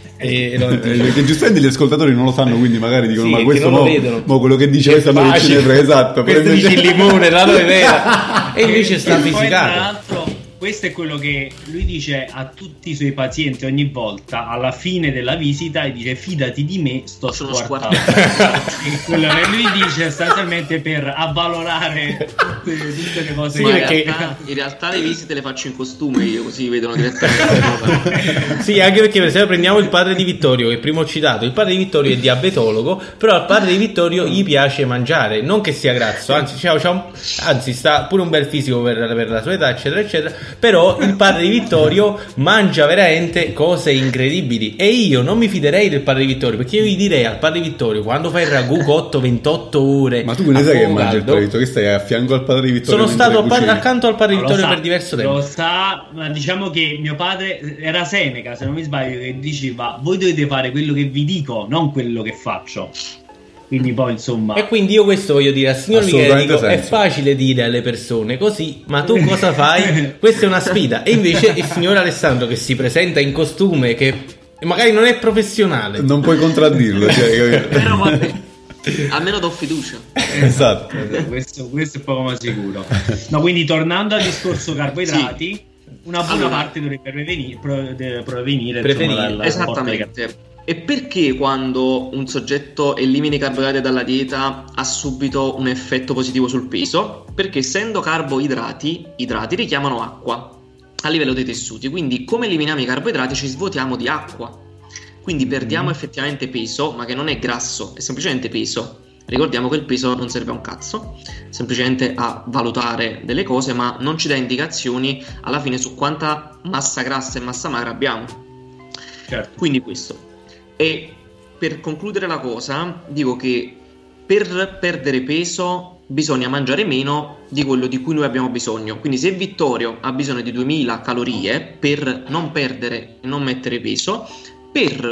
S3: e lo
S2: Eh, perché giustamente gli ascoltatori non lo sanno, quindi magari dicono
S3: Sì,
S2: ma
S3: che
S2: questo
S3: non lo
S2: mo,
S3: vedono.
S2: mo quello che dice
S3: È
S2: questo non
S3: facile.
S2: ci ne frega, esatto,
S3: questo
S2: però
S3: dice
S2: invece-
S3: il limone, la è vera e invece sta
S6: E poi, tra
S3: fisicato.
S6: l'altro, questo è quello che lui dice a tutti i suoi pazienti ogni volta alla fine della visita, e dice fidati di me, sto
S1: Sono
S6: squartato. E quello che lui dice sostanzialmente per avvalorare tutte, tutte le cose
S3: Sì,
S1: Ma
S6: che-
S1: in,
S3: perché-
S1: realtà, in realtà le visite le faccio in costume io, così vedono direttamente.
S3: Sì, anche perché per esempio prendiamo il padre di Vittorio che prima ho citato, il padre di Vittorio è diabetologo, però al padre di Vittorio gli piace mangiare, non che sia grasso, anzi, c'ha, c'ha un- anzi sta pure un bel fisico per, per la sua età eccetera eccetera, però il padre di Vittorio mangia veramente cose incredibili e io non mi fiderei del padre di Vittorio, perché io gli direi al padre di Vittorio quando fai il ragù cotto ventotto ore
S2: Ma tu quindi
S3: a
S2: sai che
S3: fuoco
S2: mangia il
S3: caldo,
S2: padre Vittorio? Che stai a fianco al padre di Vittorio?
S3: sono
S2: mentre
S3: stato al padre-
S2: cucini?
S3: accanto al padre di
S6: Lo
S3: Vittorio
S6: sa,
S3: per diverso tempo.
S6: Lo sa, ma diciamo che mio padre era Seneca, se non mi sbaglio, che diceva voi dovete fare quello che vi dico, non quello che faccio. Quindi poi insomma
S3: E quindi io questo voglio dire al signor Michele,
S2: Assolutamente
S3: dico, è
S2: senso.
S3: facile dire alle persone così, ma tu cosa fai? Questa è una sfida. E invece il signor Alessandro che si presenta in costume, che magari non è professionale,
S2: Non puoi contraddirlo, cioè, capito?
S1: Però vabbè, almeno do fiducia.
S2: Esatto.
S6: questo, questo è poco ma sicuro. No, quindi tornando al discorso carboidrati, una buona
S1: Allora.
S6: parte dovrebbe prevenire, pro- de- provenire
S3: Prevenire,
S6: insomma, dal- dal apporto di
S1: Esattamente. E perché quando un soggetto elimina i carboidrati dalla dieta ha subito un effetto positivo sul peso? Perché essendo carboidrati, idrati richiamano acqua a livello dei tessuti, quindi come eliminiamo i carboidrati ci svuotiamo di acqua, quindi perdiamo effettivamente peso, ma che non è grasso, è semplicemente peso. Ricordiamo che il peso non serve a un cazzo, semplicemente a valutare delle cose, ma non ci dà indicazioni alla fine su quanta massa grassa e massa magra abbiamo.
S6: Certo.
S1: Quindi questo. E per concludere la cosa, dico che per perdere peso bisogna mangiare meno di quello di cui noi abbiamo bisogno. Quindi se Vittorio ha bisogno di duemila calorie per non perdere e non mettere peso, per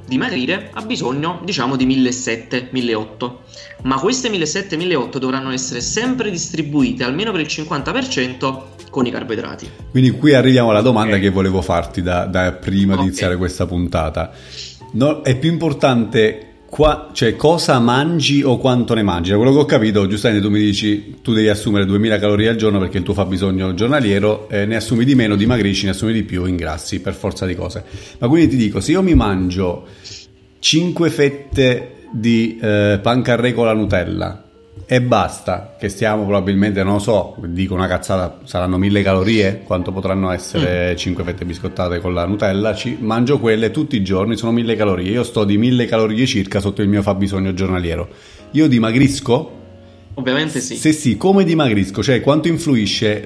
S1: dimagrire ha bisogno, diciamo, di millesettecento milleottocento, ma queste millesettecento milleottocento dovranno essere sempre distribuite almeno per il cinquanta per cento con i carboidrati.
S2: Quindi qui arriviamo alla domanda
S6: Ok.
S2: che volevo farti da, da prima di
S1: Ok.
S2: iniziare questa puntata. No, è più importante qua, cioè cosa mangi o quanto ne mangi? Da quello che ho capito, giustamente tu mi dici tu devi assumere duemila calorie al giorno perché il tuo fabbisogno giornaliero, eh, ne assumi di meno, dimagrisci, ne assumi di più, ingrassi per forza di cose. Ma quindi ti dico, se io mi mangio cinque fette di eh, pancarré con la Nutella e basta, che stiamo probabilmente, non lo so, dico una cazzata, saranno mille calorie, quanto potranno essere cinque fette biscottate con la Nutella, ci mangio quelle tutti i giorni, sono mille calorie, io sto di mille calorie circa sotto il mio fabbisogno giornaliero, io dimagrisco?
S1: Ovviamente sì.
S2: Se sì, come dimagrisco? Cioè quanto influisce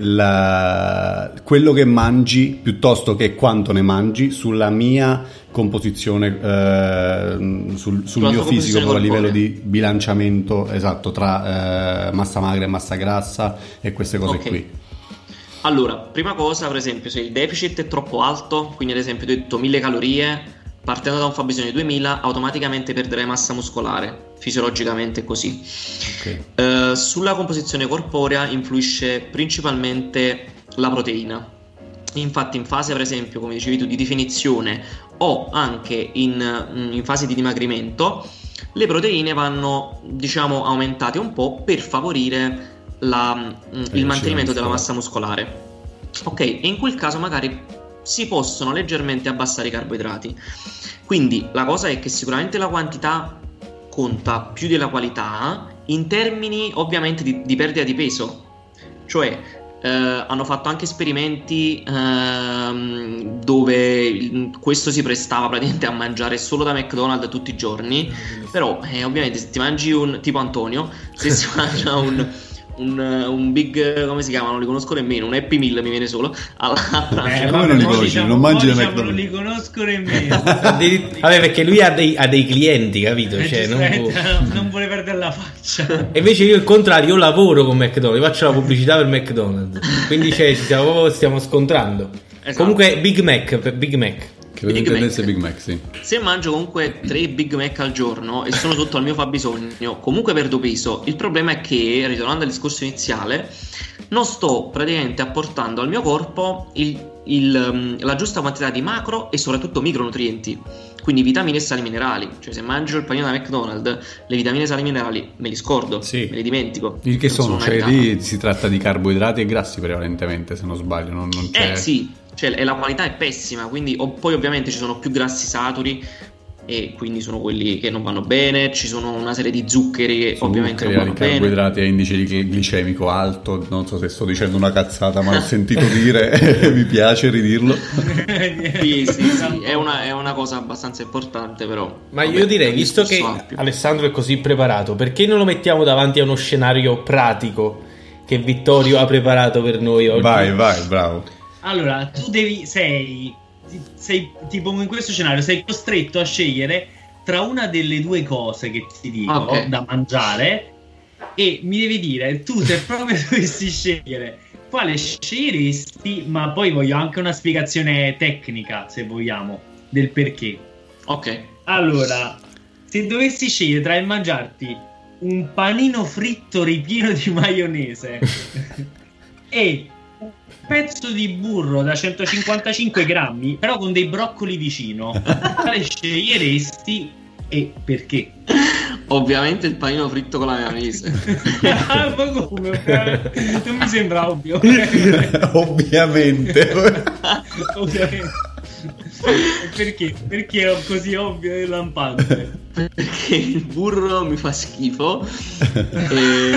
S2: la... quello che mangi piuttosto che quanto ne mangi sulla mia composizione, eh, sul, sul
S1: Sulla
S2: mio
S1: tua
S2: fisico
S1: composizione
S2: a livello
S1: corporea.
S2: di bilanciamento esatto tra eh, massa magra e massa grassa e queste cose
S1: Ok.
S2: qui.
S1: Allora, prima cosa, per esempio, se il deficit è troppo alto, quindi ad esempio tu hai detto mille calorie, partendo da un fabbisogno di duemila, automaticamente perderai massa muscolare, fisiologicamente è così.
S2: Ok.
S1: Eh, sulla composizione corporea influisce principalmente la proteina. Infatti in fase, per esempio, come dicevi tu, di definizione o anche in, in fase di dimagrimento, le proteine vanno, diciamo, aumentate un po' per favorire la, il mantenimento della massa muscolare. Ok, e in quel caso magari si possono leggermente abbassare i carboidrati. Quindi la cosa è che sicuramente la quantità conta più della qualità in termini ovviamente di, di perdita di peso. Cioè eh, hanno fatto anche esperimenti ehm, dove il- questo si prestava praticamente a mangiare solo da McDonald's tutti i giorni. Però eh, ovviamente se ti mangi un tipo Antonio, se si mangia un Un, un big, come si chiama? Non li conosco nemmeno. Un Happy Meal mi viene solo alla
S6: Eh,
S2: come
S6: vabbè,
S2: non li
S6: mo
S2: conosci?
S6: diciamo-
S2: Non mangi
S6: mo
S2: da
S6: diciamo,
S2: McDonald's?
S6: non li conosco nemmeno.
S3: Vabbè, perché lui ha dei, ha dei clienti, capito?
S6: Eh,
S3: Cioè, non, può-
S6: giustamente, non vuole perdere la faccia.
S3: E invece io il contrario, io lavoro con McDonald's, faccio la pubblicità per McDonald's. Quindi cioè, ci stiamo, proprio- stiamo scontrando.
S1: Esatto.
S3: Comunque Big Mac, per Big Mac.
S2: Che per
S1: Big
S2: intendenze
S1: Mac.
S2: Big Mac, sì.
S1: Se mangio comunque tre Big Mac al giorno e sono sotto al mio fabbisogno, comunque perdo peso. Il problema è che, ritornando al discorso iniziale, non sto praticamente apportando al mio corpo il, il, um, la giusta quantità di macro e soprattutto micronutrienti, quindi vitamine e sali minerali. Cioè se mangio il panino da McDonald's, le vitamine e sali minerali me li scordo,
S2: Sì.
S1: me li dimentico.
S2: Il che
S1: Non
S2: sono?
S1: mai
S2: Cioè
S1: data.
S2: lì si tratta di carboidrati e grassi prevalentemente, se non sbaglio, non, non c'è...
S1: Eh sì, cioè, e la qualità è pessima, quindi o- poi ovviamente ci sono più grassi saturi e quindi sono quelli che non vanno bene, ci sono una serie di zuccheri che ovviamente non
S2: Zuccheri,
S1: vanno bene.
S2: carboidrati a indice di- glicemico alto, non so se sto dicendo una cazzata, ma l'ho sentito dire, mi piace ridirlo.
S1: Sì, sì, sì, è una, è una cosa abbastanza importante però.
S3: Ma
S1: Vabbè,
S3: io direi,
S1: è un
S3: visto che
S1: discorso ampio.
S3: Alessandro è così preparato, perché non lo mettiamo davanti a uno scenario pratico che Vittorio ha preparato per noi oggi?
S2: Vai, vai, bravo.
S6: Allora, tu devi, sei, sei, tipo in questo scenario, sei costretto a scegliere tra una delle due cose che ti dico
S1: Ok.
S6: da mangiare e mi devi dire, tu se proprio dovessi scegliere, quale sceglieresti, ma poi voglio anche una spiegazione tecnica, se vogliamo, del perché.
S1: Ok.
S6: Allora, se dovessi scegliere tra il mangiarti un panino fritto ripieno di maionese e un pezzo di burro da centocinquantacinque grammi, però con dei broccoli vicino, quale sceglieresti e perché?
S1: Ovviamente il panino fritto con la maionese.
S6: Ah, ma come? Non mi sembra ovvio.
S2: Ovviamente.
S6: Ovviamente. Perché? Perché è così ovvio e lampante?
S1: Perché il burro mi fa schifo. e...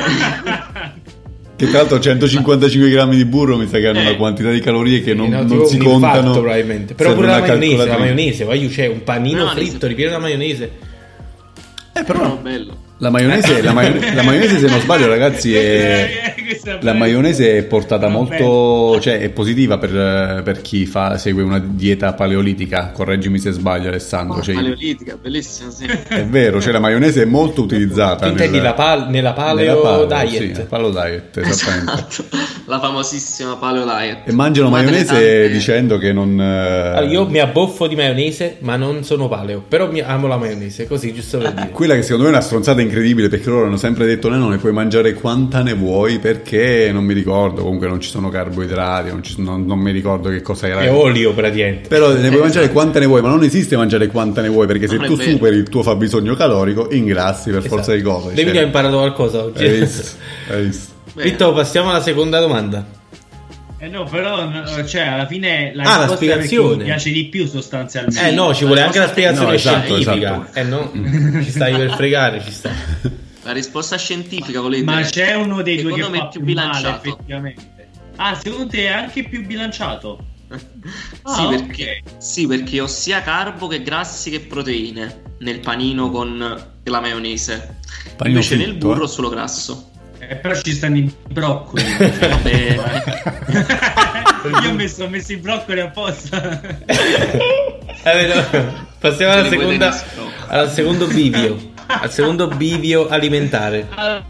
S2: Che tra l'altro centocinquantacinque grammi di burro mi sa che hanno
S1: Eh.
S2: una quantità di calorie che non,
S3: No,
S2: non
S3: tipo
S2: si
S3: un
S2: contano.
S3: infarto, probabilmente. Però
S2: Serve
S3: pure la
S2: una
S3: maionese, la
S2: calcolatrice.
S3: maionese, voglio, c'è un panino
S1: No,
S3: fritto
S1: sì.
S3: ripieno da maionese.
S2: Eh
S1: Però
S2: però
S1: bello.
S2: La maionese, la, maionese, la maionese, se non sbaglio, ragazzi, è, la maionese è portata molto, cioè è positiva per, per chi fa, segue una dieta paleolitica. Correggimi se sbaglio, Alessandro.
S1: Oh,
S2: cioè,
S1: paleolitica, bellissima, sì.
S2: È vero, cioè la maionese è molto utilizzata.
S3: Tu intendi
S2: nel,
S3: la pal- nella paleo,
S2: nella paleo
S3: diet?
S2: Sì, paleo diet, esattamente.
S1: Esatto. La famosissima paleo diet.
S2: E mangiano
S1: Una delle
S2: maionese
S1: tante-
S2: dicendo che non...
S3: Allora, io mi abboffo di maionese, ma non sono paleo. Però mi amo la maionese, così, giusto per dire.
S2: Quella che secondo me è una stronzata incredibile, perché loro hanno sempre detto no, ne puoi mangiare quanta ne vuoi, perché non mi ricordo, comunque non ci sono carboidrati, non, ci sono, non, non mi ricordo che cosa era.
S3: È olio praticamente.
S2: Però ne puoi
S1: Esatto.
S2: mangiare quante ne vuoi, ma non esiste mangiare quante ne vuoi, perché se
S1: Non è
S2: tu
S1: vero.
S2: superi il tuo fabbisogno calorico ingrassi per forza di cose.
S3: Devi
S2: cioè.
S3: ho imparato qualcosa oggi.
S2: Hai visto? Hai visto?
S1: Bene.
S3: Vitto, passiamo alla seconda domanda.
S6: Eh no, però no, cioè alla fine la
S3: Ah, la
S6: risposta è perché
S3: spiegazione.
S6: mi piace di più sostanzialmente.
S3: Eh no, ci vuole anche la spiegazione
S2: No, esatto,
S3: scientifica.
S2: esatto.
S3: Eh no, ci stai per fregare, ci sta.
S1: La risposta scientifica, volete?
S6: Ma c'è uno dei due che
S1: Secondo me
S6: fa
S1: è più
S6: più male
S1: bilanciato.
S6: effettivamente. Ah, secondo te è anche più bilanciato? Ah,
S1: sì,
S6: ok.
S1: perché, sì, perché ho sia carbo che grassi che proteine nel panino con la maionese.
S2: Panino
S1: Invece nel
S2: fritto,
S1: burro
S2: eh?
S1: solo grasso.
S6: Eh, però ci stanno i broccoli.
S1: Vabbè,
S6: Io ho messo, ho messo i broccoli apposta.
S3: Allora, passiamo alla
S1: Se li vuoi
S3: seconda,
S1: tenisco.
S3: al secondo bivio. Al secondo bivio alimentare.
S6: Allora,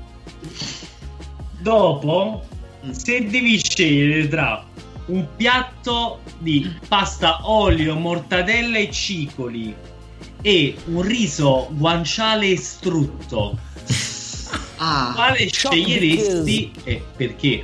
S6: dopo, se devi scegliere tra un piatto di pasta, olio, mortadella e cicoli e un riso guanciale e strutto,
S1: ah,
S6: quale sceglieresti e perché?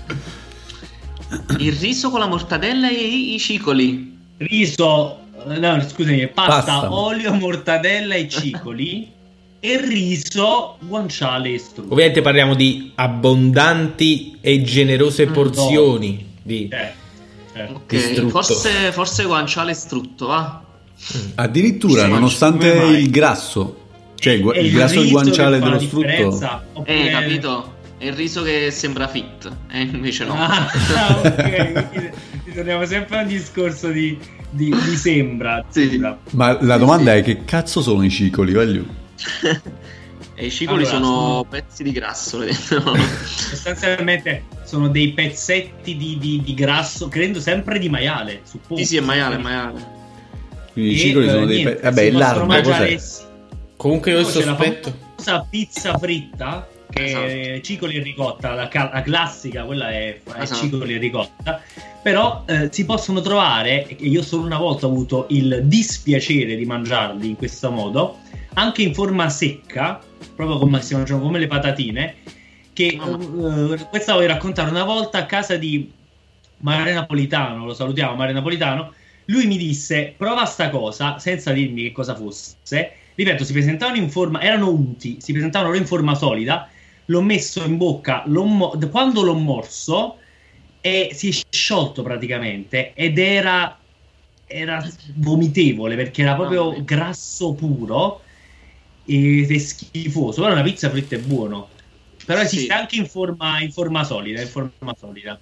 S1: il riso con la mortadella e i, i cicoli.
S6: Riso, no, scusami, pasta,
S2: Pasta.
S6: olio, mortadella e cicoli e riso guanciale e strutto.
S3: Ovviamente parliamo di abbondanti e generose porzioni di
S6: Eh, eh.
S1: Ok,
S3: strutto.
S1: forse, forse guanciale e strutto, va?
S2: Addirittura,
S1: Sì,
S2: nonostante
S6: come mai?
S2: il grasso, cioè il, gua-
S6: È
S2: il grasso e il
S6: riso
S2: guanciale
S6: che fa la
S2: dello strutto.
S6: differenza?
S1: Eh,
S6: Oppure-
S1: capito? È il riso che sembra fit, e invece no.
S6: Ah, ok, quindi torniamo sempre a un discorso di, di, di sembra,
S1: Sì.
S6: sembra.
S2: Ma la domanda è che cazzo sono i cicoli, voglio?
S1: E i cicoli
S6: Allora,
S1: sono
S6: sono-
S1: pezzi di grasso, vedete, no?
S6: Sostanzialmente sono dei pezzetti di, di, di grasso, credo sempre di maiale, suppongo.
S1: Sì, sì, è maiale, è maiale.
S2: Quindi i
S6: E,
S2: cicoli
S6: eh,
S2: sono dei...
S6: niente,
S2: pe- Vabbè,
S6: si
S2: il
S6: possono
S2: lardo,
S6: mangiare
S2: cos'è?
S6: s-
S3: Comunque io
S6: Poi c'è la
S3: sospetto.
S6: famosa pizza fritta che è cicoli e ricotta, la, ca- la classica, quella è, è
S1: Esatto.
S6: cicoli e ricotta. Però eh, si possono trovare, e io solo una volta ho avuto il dispiacere di mangiarli in questo modo, anche in forma secca, proprio come si mangiano come le patatine. Che eh, questa voglio raccontare. Una volta a casa di Mare Napolitano, lo salutiamo, Mare Napolitano, lui mi disse prova sta cosa senza dirmi che cosa fosse. Ripeto, si presentavano in forma, erano unti, si presentavano in forma solida. L'ho messo in bocca, l'ho mo- quando l'ho morso e si è sciolto praticamente ed era era vomitevole perché era proprio
S1: Mamma mia.
S6: grasso puro ed è schifoso. Però una pizza fritta è buono, però
S1: Sì.
S6: esiste anche in forma, in forma solida, in forma solida.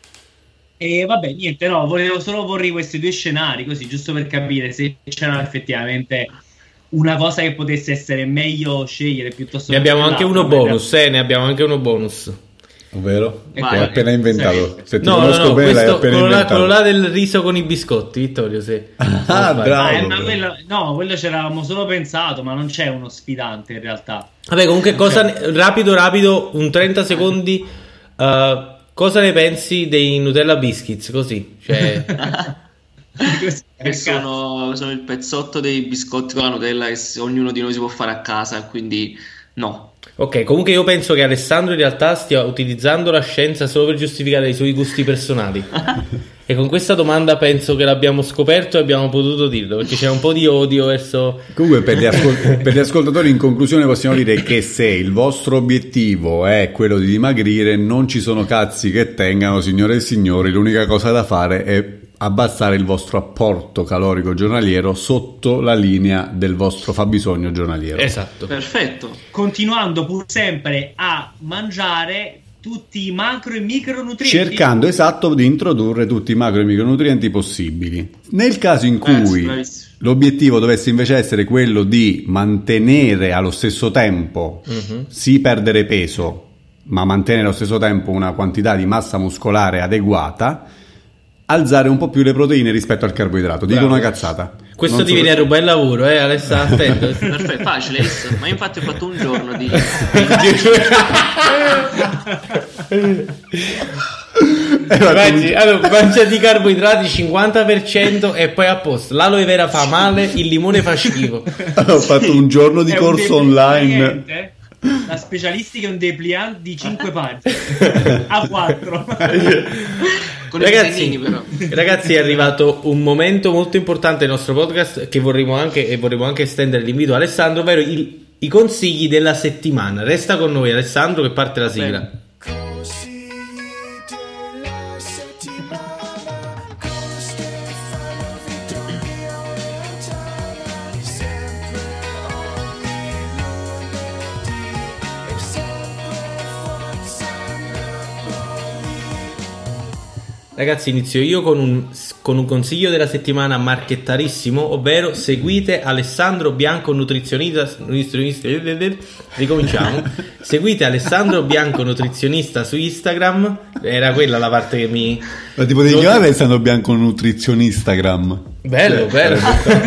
S6: E vabbè, niente, no, volevo solo porre questi due scenari così, giusto per capire se c'era effettivamente una cosa che potesse essere meglio scegliere piuttosto
S3: Ne
S6: che
S3: abbiamo anche uno
S6: quell'altra.
S3: bonus, eh, ne abbiamo anche uno bonus.
S2: Ovvero?
S6: E
S2: L'hai
S1: vai,
S2: appena inventato. Se ti
S3: No, no,
S2: conosco
S3: no,
S2: bene, l'hai
S3: questo,
S2: appena
S3: quello, là,
S2: inventato.
S3: quello là del riso con i biscotti, Vittorio, se...
S2: Ah,
S3: non sbaglio.
S2: bravo.
S6: Ah, ma quello, no, quello c'eravamo solo pensato, ma non c'è uno sfidante in realtà.
S3: Vabbè, comunque, cosa rapido, rapido, un trenta secondi. uh, cosa ne pensi dei Nutella Biscuits? Così, cioè,
S6: Così,
S1: Che
S6: eh,
S1: sono, sono il pezzotto dei biscotti con la Nutella che s- ognuno di noi si può fare a casa, quindi no.
S3: ok. Comunque, io penso che Alessandro in realtà stia utilizzando la scienza solo per giustificare i suoi gusti personali. E con questa domanda penso che l'abbiamo scoperto e abbiamo potuto dirlo, perché c'è un po' di odio verso.
S2: Comunque per gli, ascol- per gli ascoltatori in conclusione possiamo dire che se il vostro obiettivo è quello di dimagrire, non ci sono cazzi che tengano, signore e signori, l'unica cosa da fare è abbassare il vostro apporto calorico giornaliero sotto la linea del vostro fabbisogno giornaliero.
S3: Esatto.
S1: Perfetto.
S6: continuando pur sempre a mangiare tutti i macro e micronutrienti,
S2: cercando esatto di introdurre tutti i macro e micronutrienti possibili. Nel caso in cui
S1: Eh,
S2: l'obiettivo dovesse invece essere quello di mantenere allo stesso tempo,
S3: Mhm.
S2: sì perdere peso, ma mantenere allo stesso tempo una quantità di massa muscolare adeguata, alzare un po' più le proteine rispetto al carboidrato. Dico
S3: Bravo.
S2: una cazzata.
S3: Questo
S2: Non
S3: ti
S2: so
S3: viene a
S2: perché.
S3: rubare il lavoro, eh Alessandro, attento.
S1: Perfetto, facile, visto? Ma infatti ho fatto un giorno di...
S3: Ragazzi, allora, mangiati carboidrati cinquanta per cento e poi a posto. L'aloe vera fa male, il limone fa schifo.
S2: Ho fatto un giorno di
S6: È un
S2: corso
S6: depliant,
S2: online.
S6: eh. La specialistica è un depliant di cinque pagine A quattro.
S1: Con i
S3: Ragazzi,
S1: disegnini, però.
S3: ragazzi, è arrivato un momento molto importante del nostro podcast che vorremmo anche e vorremmo anche estendere l'invito a Alessandro, ovvero il- i consigli della settimana. Resta con noi, Alessandro, che parte la sigla.
S1: Bene.
S3: Ragazzi, inizio io con un, con un consiglio della settimana marchettarissimo, ovvero seguite Alessandro Bianco, nutrizionista, nutrizionista ricominciamo, seguite Alessandro Bianco, nutrizionista su Instagram, era quella la parte che mi...
S2: Ma ti potevi chiamare Alessandro Bianco nutrizionista-gram?
S3: Bello, bello.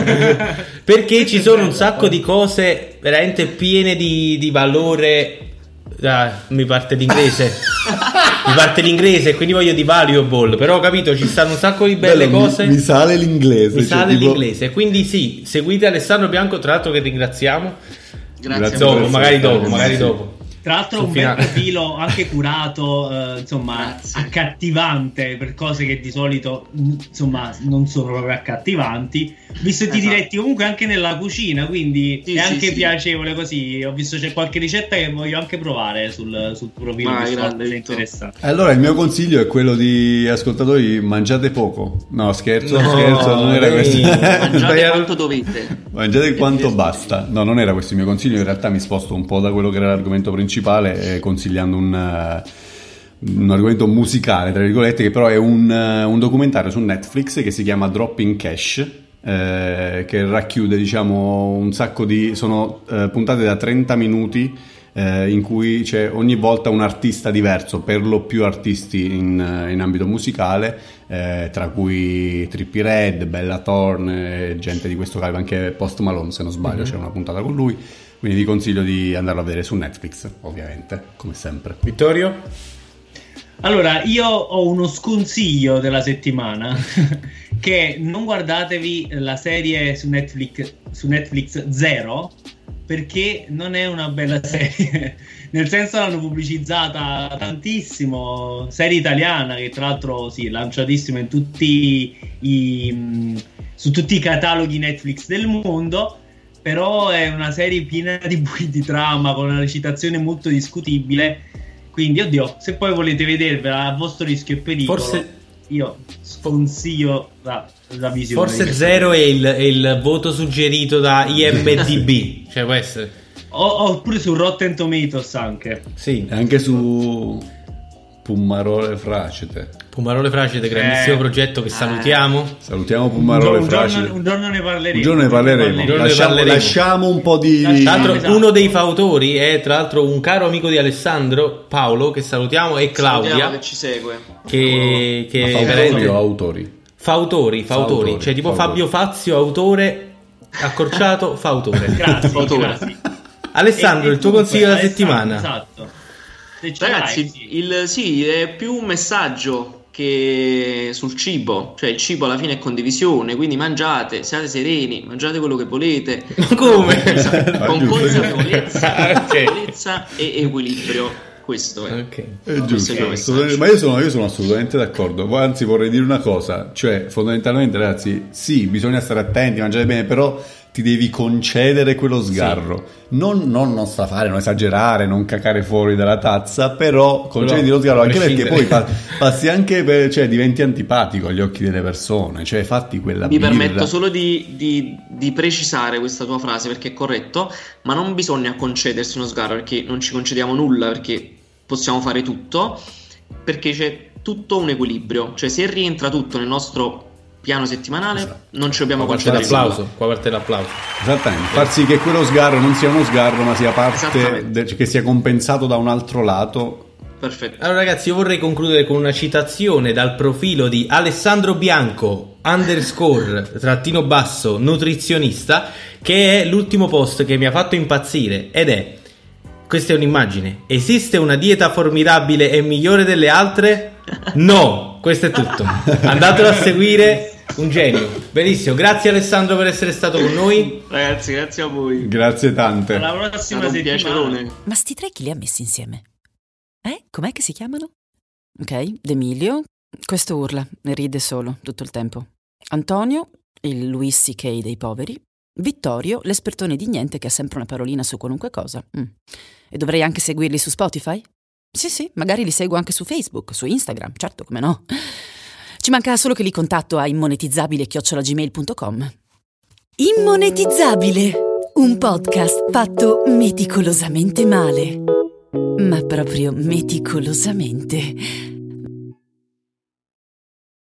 S3: Perché ci sono un sacco di cose veramente piene di, di valore. Ah, mi parte l'inglese. Mi parte l'inglese, quindi voglio di valuable. Però ho capito, ci stanno un sacco di belle
S2: Bello,
S3: cose.
S2: Mi, mi sale l'inglese.
S3: Mi
S2: cioè,
S3: sale
S2: tipo-
S3: l'inglese. Quindi sì, seguite Alessandro Bianco, tra l'altro che ringraziamo.
S1: Grazie.
S2: Grazie.
S3: Dopo,
S2: per
S3: magari
S2: essere
S3: dopo,
S2: stato.
S3: magari
S2: Sì.
S3: dopo.
S6: Tra l'altro
S3: Sul
S6: un bel
S3: finale.
S6: profilo anche curato, eh, insomma,
S1: Grazie.
S6: accattivante per cose che di solito mh, insomma non sono proprio accattivanti. Visto che ti
S1: Esatto.
S6: diretti comunque anche nella cucina, quindi
S1: Sì,
S6: è
S1: sì,
S6: anche
S1: sì.
S6: piacevole così. Ho visto c'è qualche ricetta che voglio anche provare sul, sul profilo,
S1: Vai,
S6: che so
S1: grande,
S6: che è
S1: Vitto.
S6: interessante.
S2: Allora il mio consiglio è quello di ascoltatori: mangiate poco. No, scherzo,
S3: No,
S2: scherzo, non era
S3: dai.
S2: questo.
S1: Mangiate
S3: Sbagliato.
S1: quanto dovete.
S2: Mangiate quanto basta. No, non era questo il mio consiglio. In realtà mi sposto un po' da quello che era l'argomento principale, eh, consigliando un, eh, un argomento musicale, tra virgolette, che però è un, eh, un documentario su Netflix che si chiama Dropping Cash, eh, che racchiude, diciamo, un sacco di... sono eh, puntate da trenta minuti, eh, in cui c'è ogni volta un artista diverso, per lo più artisti in, in ambito musicale, eh, tra cui Trippie Redd, Bella Thorne, eh, gente di questo calibro, anche Post Malone se non sbaglio, c'è una puntata con lui, quindi vi consiglio di andarlo a vedere su Netflix, ovviamente, come sempre.
S3: Vittorio?
S6: Allora, io ho uno sconsiglio della settimana che non guardatevi la serie su Netflix, su Netflix Zero, perché non è una bella serie. Nel senso, l'hanno pubblicizzata tantissimo, serie italiana che tra l'altro sì, è lanciatissima in tutti i mh, su tutti i cataloghi Netflix del mondo. Però è una serie piena di bui di trama, con una recitazione molto discutibile. Quindi, oddio, se poi volete vedervela a vostro rischio e pericolo,
S3: Forse-
S6: io sconsiglio la, la visione.
S3: Forse
S6: di questa
S3: zero è il, è il voto suggerito da I M D B. Cioè può essere.
S6: O- Oppure su Rotten Tomatoes anche.
S3: Sì.
S2: E anche su Pummarole Fracete.
S3: Pumarole Fracete, grandissimo
S6: Eh.
S3: progetto che salutiamo.
S2: Salutiamo
S6: Un,
S2: Pummarole
S6: un
S2: Fracete.
S6: giorno, un giorno ne parleremo.
S2: Un giorno ne parleremo.
S3: Un giorno ne
S2: Lasciamo,
S3: parleremo.
S2: lasciamo un po' di...
S6: Lasciamo-
S3: Tra l'altro,
S6: Esatto.
S3: uno dei fautori è tra l'altro un caro amico di Alessandro, Paolo, che salutiamo, e
S1: Salutiamo
S3: Claudia,
S1: che ci segue.
S3: che, che
S2: Ma
S3: è
S2: fautori
S3: veramente...
S2: o autori?
S3: Fautori, fautori,
S2: Fautori,
S3: cioè tipo
S2: fautori.
S3: Fabio Fazio, autore, accorciato, fautore.
S6: Grazie,
S1: Fautore.
S6: grazie.
S3: Alessandro,
S6: E-
S3: il tuo
S6: e
S3: consiglio della
S6: Alessandro,
S3: settimana.
S6: Esatto. Se ce
S1: Ragazzi,
S6: l'hai, sì.
S1: il, sì, è più un messaggio che sul cibo, cioè il cibo alla fine è condivisione, quindi mangiate, siate sereni, mangiate quello che volete.
S3: Ma come?
S1: Con
S2: giusto.
S1: consapevolezza,
S3: Ok.
S1: consapevolezza e equilibrio. Questo è.
S3: Ok.
S2: È
S1: Questo
S2: giusto,
S1: è il mio
S2: assolutamente.
S1: messaggio.
S2: Ma io sono, io sono assolutamente d'accordo. Poi, anzi, vorrei dire una cosa: cioè, fondamentalmente, ragazzi, sì, bisogna stare attenti, mangiare bene, però ti devi concedere quello sgarro. Non, non, non strafare, non esagerare, non cacare fuori dalla tazza, però concediti
S3: Però,
S2: lo sgarro,
S3: a
S2: anche perché poi
S3: prescindere.
S2: pa- passi anche per, cioè, diventi antipatico agli occhi delle persone. Cioè, fatti quella
S1: Mi
S2: birra.
S1: permetto solo di, di- di precisare questa tua frase perché è corretto, ma non bisogna concedersi uno sgarro perché non ci concediamo nulla, perché possiamo fare tutto, perché c'è tutto un equilibrio, cioè se rientra tutto nel nostro piano settimanale, esatto, non ci dobbiamo
S3: qua parte l'applauso, qua parte l'applauso.
S2: Esattamente, far sì che quello sgarro non sia uno sgarro, ma sia parte de- che sia compensato da un altro lato.
S1: Perfetto.
S3: Allora ragazzi, io vorrei concludere con una citazione dal profilo di Alessandro Bianco underscore trattino basso nutrizionista, che è l'ultimo post che mi ha fatto impazzire, ed è: questa è un'immagine, esiste una dieta formidabile e migliore delle altre? No, questo è tutto, andatelo a seguire, un genio, benissimo. Grazie Alessandro per essere stato con noi,
S1: ragazzi, grazie a voi,
S2: grazie tante,
S6: alla prossima settimana.
S7: Ma sti tre chi li ha messi insieme? Eh? Com'è che si chiamano? Ok, D'Emilio, questo urla e ride solo tutto il tempo. Antonio, il Louis C K dei poveri. Vittorio, l'espertone di niente che ha sempre una parolina su qualunque cosa. Mm. E dovrei anche seguirli su Spotify? Sì, sì, magari li seguo anche su Facebook, su Instagram, certo, come no. Ci manca solo che li contatto a immonetizzabile chiocciola gmail punto com. Immonetizzabile, un podcast fatto meticolosamente male. Ma proprio meticolosamente.